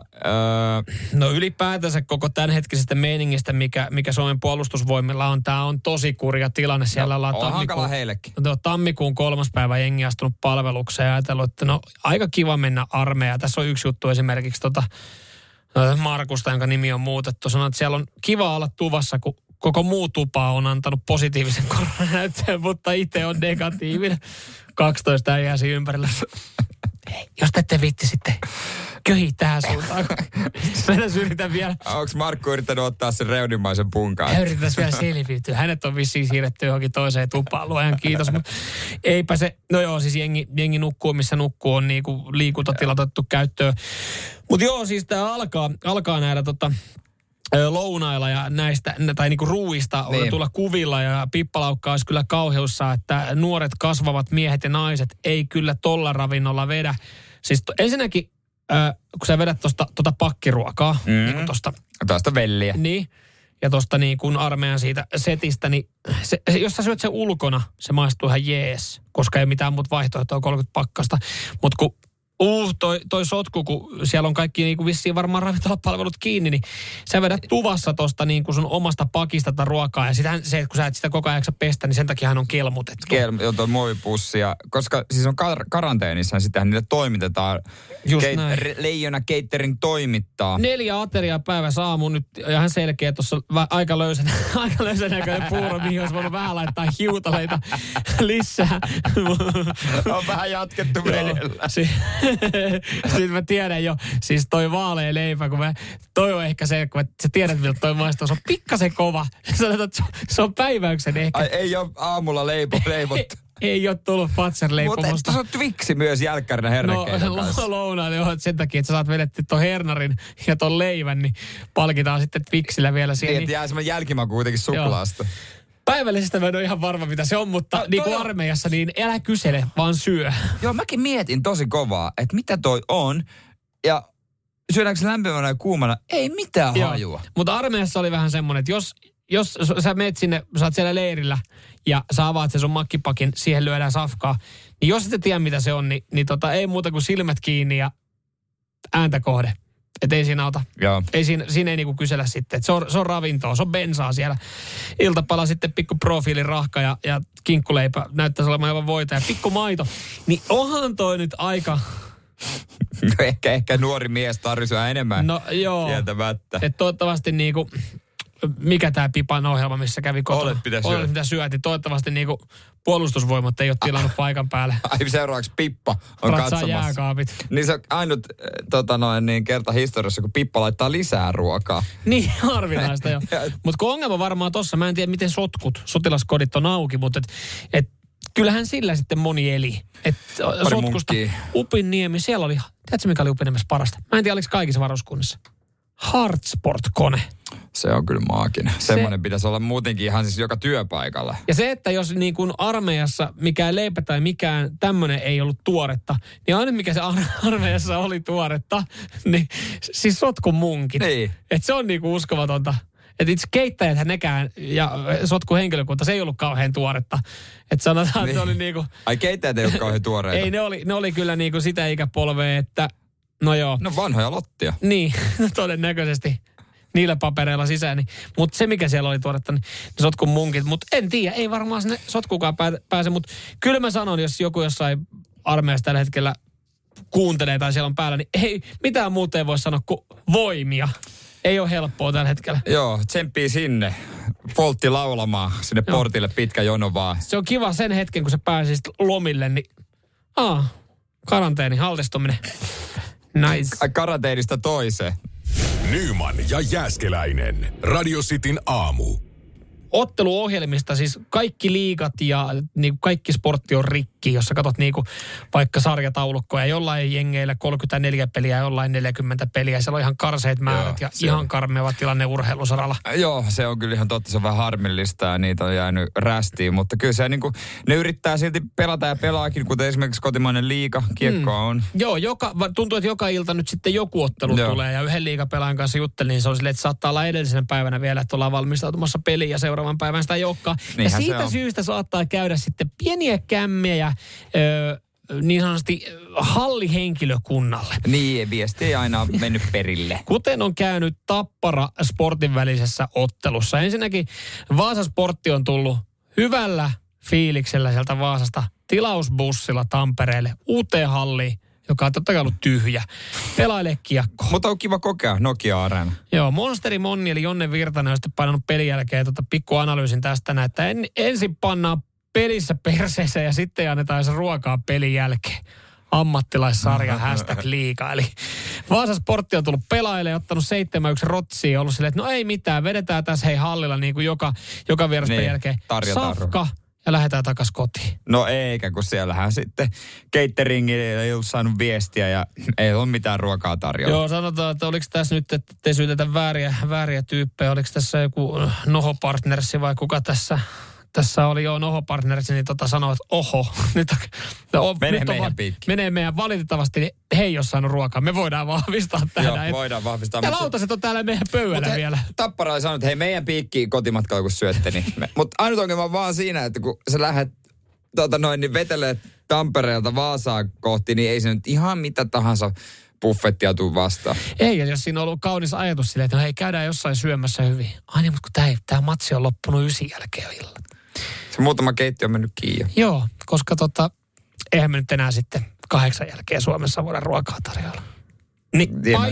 No ylipäätänsä koko tämänhetkisestä meiningistä, mikä Suomen puolustusvoimilla on, tää on tosi kurja tilanne. Siellä ollaan hankala heillekin. Tammikuun 3. päivä jengi astunut palvelukseen ja ajatellut, että no aika kiva mennä armeijaan. Tässä on yksi juttu esimerkiksi Markusta, jonka nimi on muutettu. Sanoi, että siellä on kiva olla tuvassa, kun koko muu tupa on antanut positiivisen koronanäytteen, mutta itse on negatiivinen. 12 äijää siinä ympärillä. Hei, jos te ette viitti sitten köhi tähän suuntaan. Mä yritän vielä. Onko Markku yrittänyt ottaa sen reunimaisen punkaan? Yritetään vielä selviytyä. Hänet on vissiin siirretty johonkin toiseen tupaan. Luojan kiitos. Eipä se, no joo, siis jengi nukkuu, missä nukkuu, on niinku liikuntatilat otettu käyttöön. Mutta joo, siis tää alkaa nähdä lounailla ja näistä, tai niinku ruuista niin. Tulla kuvilla ja Pippalaukka olisi kyllä kauheussa, että nuoret kasvavat miehet ja naiset ei kyllä tolla ravinnolla vedä. Siis ensinnäkin, kun sä vedät tuota pakkiruokaa, niin tuosta velliä. Niin, ja tuosta niin kuin armeijan siitä setistä, niin jos sä syöt sen ulkona, se maistuu ihan jees, koska ei mitään muuta vaihtoehtoa 30 pakkasta. Mutta kun toi sotku, kun siellä on kaikki niin kuin vissiin varmaan ravintolapalvelut kiinni, niin sä vedät tuvassa tosta niin kuin sun omasta pakista tätä ruokaa. Ja sitähän se, kun sä et sitä koko ajan pestä, niin sen takiahan on kelmutettu. Tuo muovipussia. Koska siis on karanteenissa, niin sitähän niille toimitetaan. Leijona Catering toimittaa. 4 ateriaa päivässä aamu nyt ihan selkeä. Tuossa aika löysän näköinen puuro, mihin olisi voinut vähän laittaa hiutaleita lisää. On vähän jatkettu vedellä. Sitten mä tiedän jo, siis toi vaalea leipä, toi on ehkä se, kun sä tiedät, miltä toi maistuu. Se on pikkasen kova. Se on päiväyksen ehkä. Ai, ei ole aamulla leivottu. Ei ole tullut Fazer-leipomusta. Mutta se on Twixi myös jälkkärinä hernekeiden kanssa. Lounaan joo, sen takia, että sä saat vedetty ton hernarin ja ton leivän, niin palkitaan sitten Twixillä vielä siihen. Niin, että jää semmoinen jälkimaku kuitenkin suklaasta. Päivällisestä mä en ole ihan varma, mitä se on, mutta niin kuin armeijassa, niin älä kysele, vaan syö. Joo, mäkin mietin tosi kovaa, että mitä toi on. Ja syödäänkö se lämpimänä ja kuumana? Ei mitään hajua. Mutta armeijassa oli vähän semmoinen, että jos sä meet sinne, sä oot siellä leirillä ja sä avaat sen sun makkipakin, siihen lyödään safkaa, niin jos et tiedä mitä se on, niin ei muuta kuin silmät kiinni ja ääntä kohde. Että ei siinä auta. Joo. Ei siinä ei niinku kysellä sitten. Että se on ravintoa, se on bensaa siellä. Iltapala sitten pikku profiilin rahka ja kinkkuleipä näyttäisi olevan aivan voita ja pikku maito. Niin onhan toi nyt aika... ehkä nuori mies tarvitsee enemmän. No joo. Kieltämättä. Että toivottavasti niinku... Mikä tää Pipan ohjelma, missä kävi kotona? Olet mitä syöt. Toivottavasti niinku puolustusvoimat ei ole tilannut paikan päälle. Ai seuraavaksi Pippa on katsomassa. Jääkaapit. Niin se on ainut kerta historiassa, kun Pippa laittaa lisää ruokaa. Niin, harvinaista jo. Mutta kun ongelma varmaan tossa, mä en tiedä miten sotilaskodit on auki, mutta kyllähän sillä sitten moni eli. Sotkusta Upinniemi, siellä oli, tiedätkö mikä oli Upinniemessä parasta? Mä en tiedä, oliko kaikissa varuskunnissa. Hardsport-kone. Se on kyllä maaginen. Semmoinen pitäisi olla muutenkin ihan siis joka työpaikalla. Ja se, että jos niin kuin armeijassa mikään leipä tai mikään tämmöinen ei ollut tuoretta, niin aina mikä se armeijassa oli tuoretta, niin siis sotkun munkit. Niin. Että se on niin kuin uskomatonta. Että itse keittäjäthän nekään ja sotkun henkilökunta, se ei ollut kauhean tuoretta. Että sanotaan, että se oli niin kuin... Ai keittäjät ei ollut kauhean tuoreita? Ei, ne oli kyllä niin kuin sitä ikäpolvea, että no joo. No vanhoja lottia. Niin, todennäköisesti. niillä papereilla sisään. Niin, mutta se, mikä siellä oli tuoretta, niin sotkun munkit. Mutta en tiedä, ei varmaan sinne sotkukaan pääse. Mutta kyllä mä sanon, jos joku jossain armeijassa tällä hetkellä kuuntelee tai siellä on päällä, niin ei mitään muuta ei voi sanoa kuin voimia. Ei ole helppoa tällä hetkellä. Joo, tsemppii sinne. Voltti laulamaan sinne portille pitkä jono vaan. Se on kiva sen hetken, kun sä pääsisit lomille, niin karanteeni, altistuminen. Nice. Karanteenista toiseen. Nyman ja Jääskeläinen. Radio Cityn aamu. Otteluohjelmista siis kaikki liigat ja niin kaikki sportti on rikki, jos sä katsot niin vaikka sarjataulukkoja. Jollain jengeillä 34 peliä, jollain 40 peliä. Siellä on ihan karseet määrät ja ihan karmeava tilanne urheilusaralla. Joo, se on kyllä ihan totta. Se on vähän harmillista ja niitä on jäänyt rästiin. Mutta kyllä se niin kuin, ne yrittää silti pelata ja pelaakin, kuten esimerkiksi kotimainen liiga, kiekkoa on. Joo, tuntuu, että joka ilta nyt sitten joku ottelu tulee. Ja yhden liigapelaajan kanssa juttelin, niin se on silleen, että saattaa olla edellisenä päivänä vielä, että ollaan valmistautumassa peliin ja seuraavan päivän sitä ei olekaan. Ja siitä syystä saattaa käydä sitten pieniä kämmiä ja niin sanotusti hallihenkilökunnalle. Niin, viesti ei aina mennyt perille. Kuten on käynyt Tappara Sportin välisessä ottelussa. Ensinnäkin Vaasa Sportti on tullut hyvällä fiiliksellä sieltä Vaasasta tilausbussilla Tampereelle uuteen halliin, joka on totta kai ollut tyhjä. Pelailee kiekkoa. Mutta on kiva kokea Nokia-areena. Joo, Monsteri Monni eli Jonne Virtanen on sitten painanut pelin jälkeen pikku analyysin tästä, että ensin pannaan pelissä perseeseen ja sitten annetaan se ruokaa pelin jälkeen. Ammattilaissarja #liiga. Eli Vaasa Sportti on tullut pelaajille, ottanut 7-1 rotsia ja ollut silleen, että no ei mitään, vedetään tässä hallilla niin kuin joka vieraspelin jälkeen. Safka ja lähdetään takaisin kotiin. No eikä, kun siellähän sitten cateringille ei ollut saanut viestiä ja ei ole mitään ruokaa tarjolla. Joo, sanotaan, että oliko tässä nyt, että te syytetä vääriä tyyppejä. Oliko tässä joku Noho Partnersi vai kuka tässä oli Noho Partnersi, niin sanoi, että oho. Menee meidän valitettavasti, he ei ole saanut ruokaa. Me voidaan vahvistaa tähän. Joo, voidaan vahvistaa. Ja lautaset on täällä meidän pöydällä vielä. Tappara oli sanonut, että hei, meidän piikki kotimatkalla kun syötte. Niin mutta ainut ongelma on vaan siinä, että kun sä lähdet niin vetelee Tampereelta Vaasaan kohti, niin ei se nyt ihan mitä tahansa buffettia tuu vastaan. Ei, ja jos siinä on ollut kaunis ajatus silleen, että no hei, käydään jossain syömässä hyvin. Ai niin, mutta kun tämä matsi on loppunut 9 jälkeen jo illalla. Se muutama keitti on mennyt kiinni. Joo, koska eihän me nyt enää sitten 8 jälkeen Suomessa voida ruokaa tarjolla. Niin,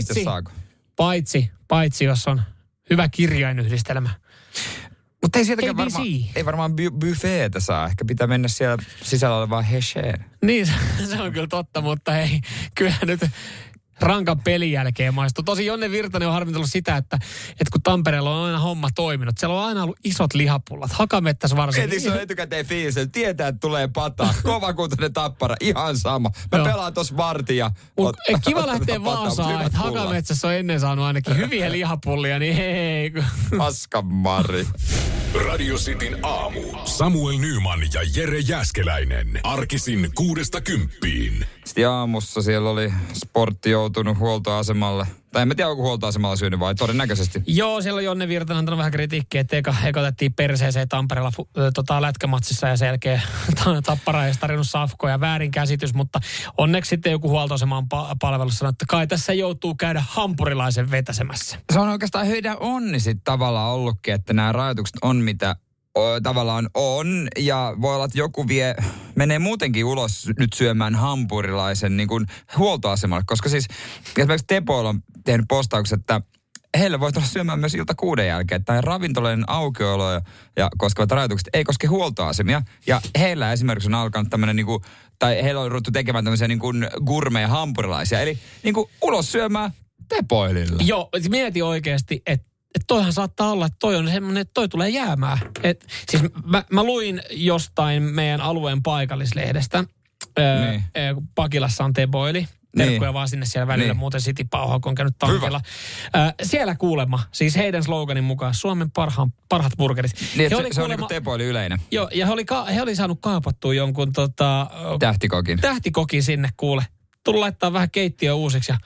paitsi jos on hyvä kirjainyhdistelmä. Mutta ei sieltäkään varmaan buffeeta saa. Ehkä pitää mennä siellä sisällä olevaan hesheen. Niin, se on kyllä totta, mutta ei, kyllä nyt rankan pelin jälkeen maistuu. Tosi Jonne Virtanen on harmitellut sitä, että kun Tampereella on aina homma toiminut. Siellä on aina ollut isot lihapullat. Hakamettäs varsinkin. Mietin, se on etukäteen fiilis. Tietää, että tulee pataa. Kovakuntainen Tappara. Ihan sama. Mä pelaan tossa vartia. Kiva lähteä Vaasaan, että Hakametsässä on ennen saanut ainakin hyviä lihapullia, niin hei. Paskan Mari. Radio Cityn aamu. Samuel Nyman ja Jere Jääskeläinen. Arkisin 6–10. Sitten aamussa siellä oli Sportti joutunut huoltoasemalle. Tai en mä tiedä, onko huoltoasemalla syönyt vai todennäköisesti. Joo, siellä on Jonne Virtanen antanut vähän kritiikkiä, että eka otettiin perseeseen Tampereella lätkämatsissa ja selkeä Tappara ei tarjonnut safkoja, väärinkäsitys, mutta onneksi sitten joku huoltoaseman palvelussa sanoi, että kai tässä joutuu käydä hampurilaisen vetäsemässä. Se on oikeastaan heidän onni sitten tavallaan ollutkin, että nämä rajoitukset on mitä tavallaan on, ja voi olla, että joku menee muutenkin ulos nyt syömään hampurilaisen niin kuin huoltoasemalle, koska siis esimerkiksi Tepoilla on tehnyt postaukset, että heille voi tulla syömään myös ilta 6 jälkeen, tai ravintoloiden aukiolo ja koskevat rajoitukset ei koske huoltoasemia, ja heillä esimerkiksi on alkanut tämmöinen niin kuin, tai heillä on ruvettu tekemään tämmöisiä niin kuin gourmet-hampurilaisia, eli niin kuin ulos syömään Tepoililla. Joo, mieti oikeasti, että toihan saattaa olla, että toi on semmoinen, että toi tulee jäämään. Siis mä luin jostain meidän alueen paikallislehdestä, niin. Pakilassa on Teboili. Terkkuja vaan sinne siellä välillä, muuten City Pauha, kun on käynyt tankilla. Siellä kuulemma, siis heidän sloganin mukaan, Suomen parhaat burgerit. Niin, se on niin kuin Teboili yleinen. Joo, ja he oli saanut kaapattua jonkun Tähtikokin sinne kuule. Tullut laittaa vähän keittiö uusiksi ja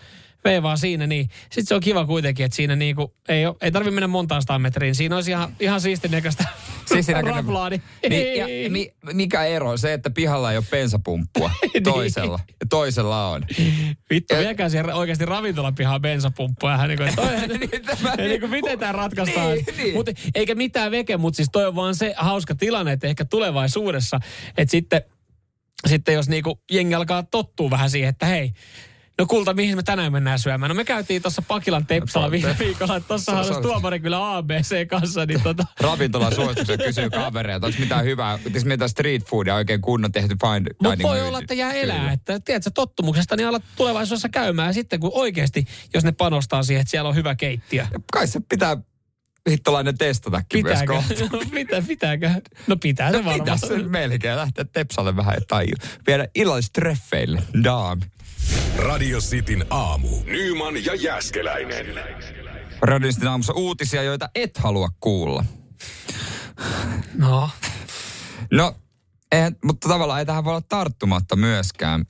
veivaa siinä, niin sitten se on kiva kuitenkin, että siinä niinku, ei tarvitse mennä montaa 100 metriin. Siinä olisi ihan siistin näköistä raflaa. Niin, mikä ero? Se, että pihalla ei ole bensapumppua toisella. Toisella on. Vittu, viekää siihen oikeasti ravintolapihaan bensapumppua. Miten tämä ratkaistaan? Niin. Mut, eikä mitään veke, mutta siis toi on vaan se hauska tilanne, että ehkä tulevaisuudessa, että sitten jos niinku jengi alkaa tottua vähän siihen, että hei, no kulta, mihin me tänään mennään syömään? No me käytiin tuossa Pakilan Tepsalla viime viikolla, että tossahan olisi tuomari kyllä ABC kanssa. Niin Ravintolan suosituksen kysyy kavereilta, onko mitään hyvää, pitäisi mitään street foodia oikein kunnon tehty fine dining. Mutta voi olla, että jää elää, että tiedätkö, tottumuksesta niin alat tulevaisuudessa käymään. Ja sitten kun oikeasti, jos ne panostaa siihen, että siellä on hyvä keittiö. Kai se pitää hittolainen testatakin myös kohta. Pitääkö? No pitää se varmaan. Pitää se melkein lähteä Tepsalle vähän tai viedä illallistreffeille. Daam. Radio Cityn aamu. Nyman ja Jääskeläinen. Radio Cityn aamussa uutisia, joita et halua kuulla. No, mutta tavallaan ei tähän voi olla tarttumatta myöskään.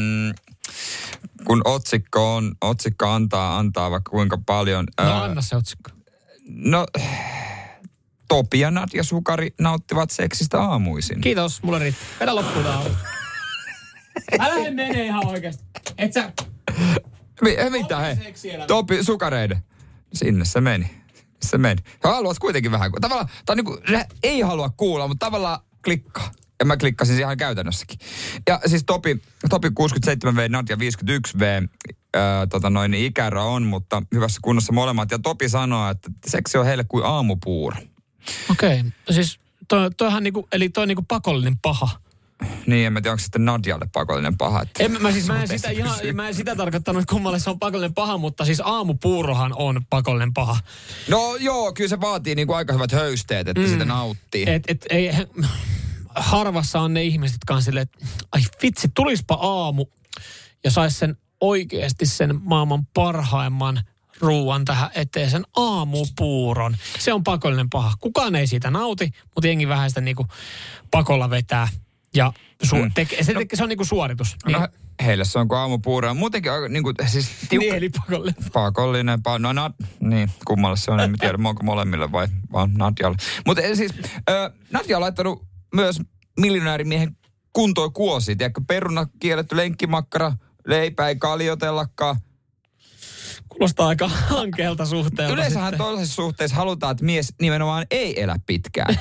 Kun otsikko antaa vaikka kuinka paljon. No anna se otsikko. No, Topi ja Nadia Sukari nauttivat seksistä aamuisin. Kiitos, mulle riittää. Vedä loppuun tää. Älä mene ihan oikeasti. Et sä... Mitä hei? Topi Sukareiden. Sinne se meni. Haluat kuitenkin vähän. Tavallaan, tää on niinku, ei halua kuulla, mutta tavallaan klikkaa. Ja mä klikkasin ihan käytännössäkin. Ja siis Topi 67V, Nadia 51V, ikäero on, mutta hyvässä kunnossa molemmat. Ja Topi sanoo, että seksi on heille kuin aamupuuro. Okei. Siis toihan niinku, eli toi niinku pakollinen paha. Niin, en mä tiedä, onko sitten Nadialle pakollinen paha. Että mä en sitä tarkoittanut, että kummalle se on pakollinen paha, mutta siis aamupuurohan on pakollinen paha. No joo, kyllä se vaatii niinku aika hyvät höysteet, että sitä nauttii. Harvassa on ne ihmiset, jotka on silleen, että ai vitsi, tulispa aamu ja sais sen oikeasti sen maailman parhaimman ruuan tähän eteen, sen aamupuuron. Se on pakollinen paha. Kukaan ei siitä nauti, mutta jengi vähän sitä niinku pakolla vetää. Ja se on niinku suoritus. Niin. No, heille se on kuin aamupuuro. Muutenkin niinku siis niin, eli pakollinen. Pakollinen. Niin, kummalle se on, en tiedä, onko molemmille vai vaan Nadialle. Mutta siis Nadia on laittanut myös miljonäärimiehen kuntoon kuosi. Tiedätkö, peruna kielletty lenkkimakkara, leipä ei kaljotellakaan. Kuulostaa aika hankeelta suhteelta. Yleensähän toisessa suhteessa halutaan, että mies nimenomaan ei elä pitkään.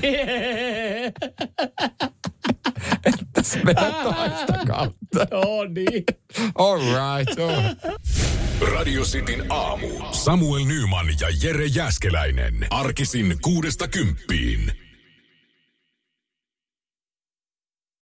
Että se menee toista kautta. Niin. All right. Radio Cityn aamu. Samuel Nyman ja Jere Jääskeläinen. Arkisin 6–10.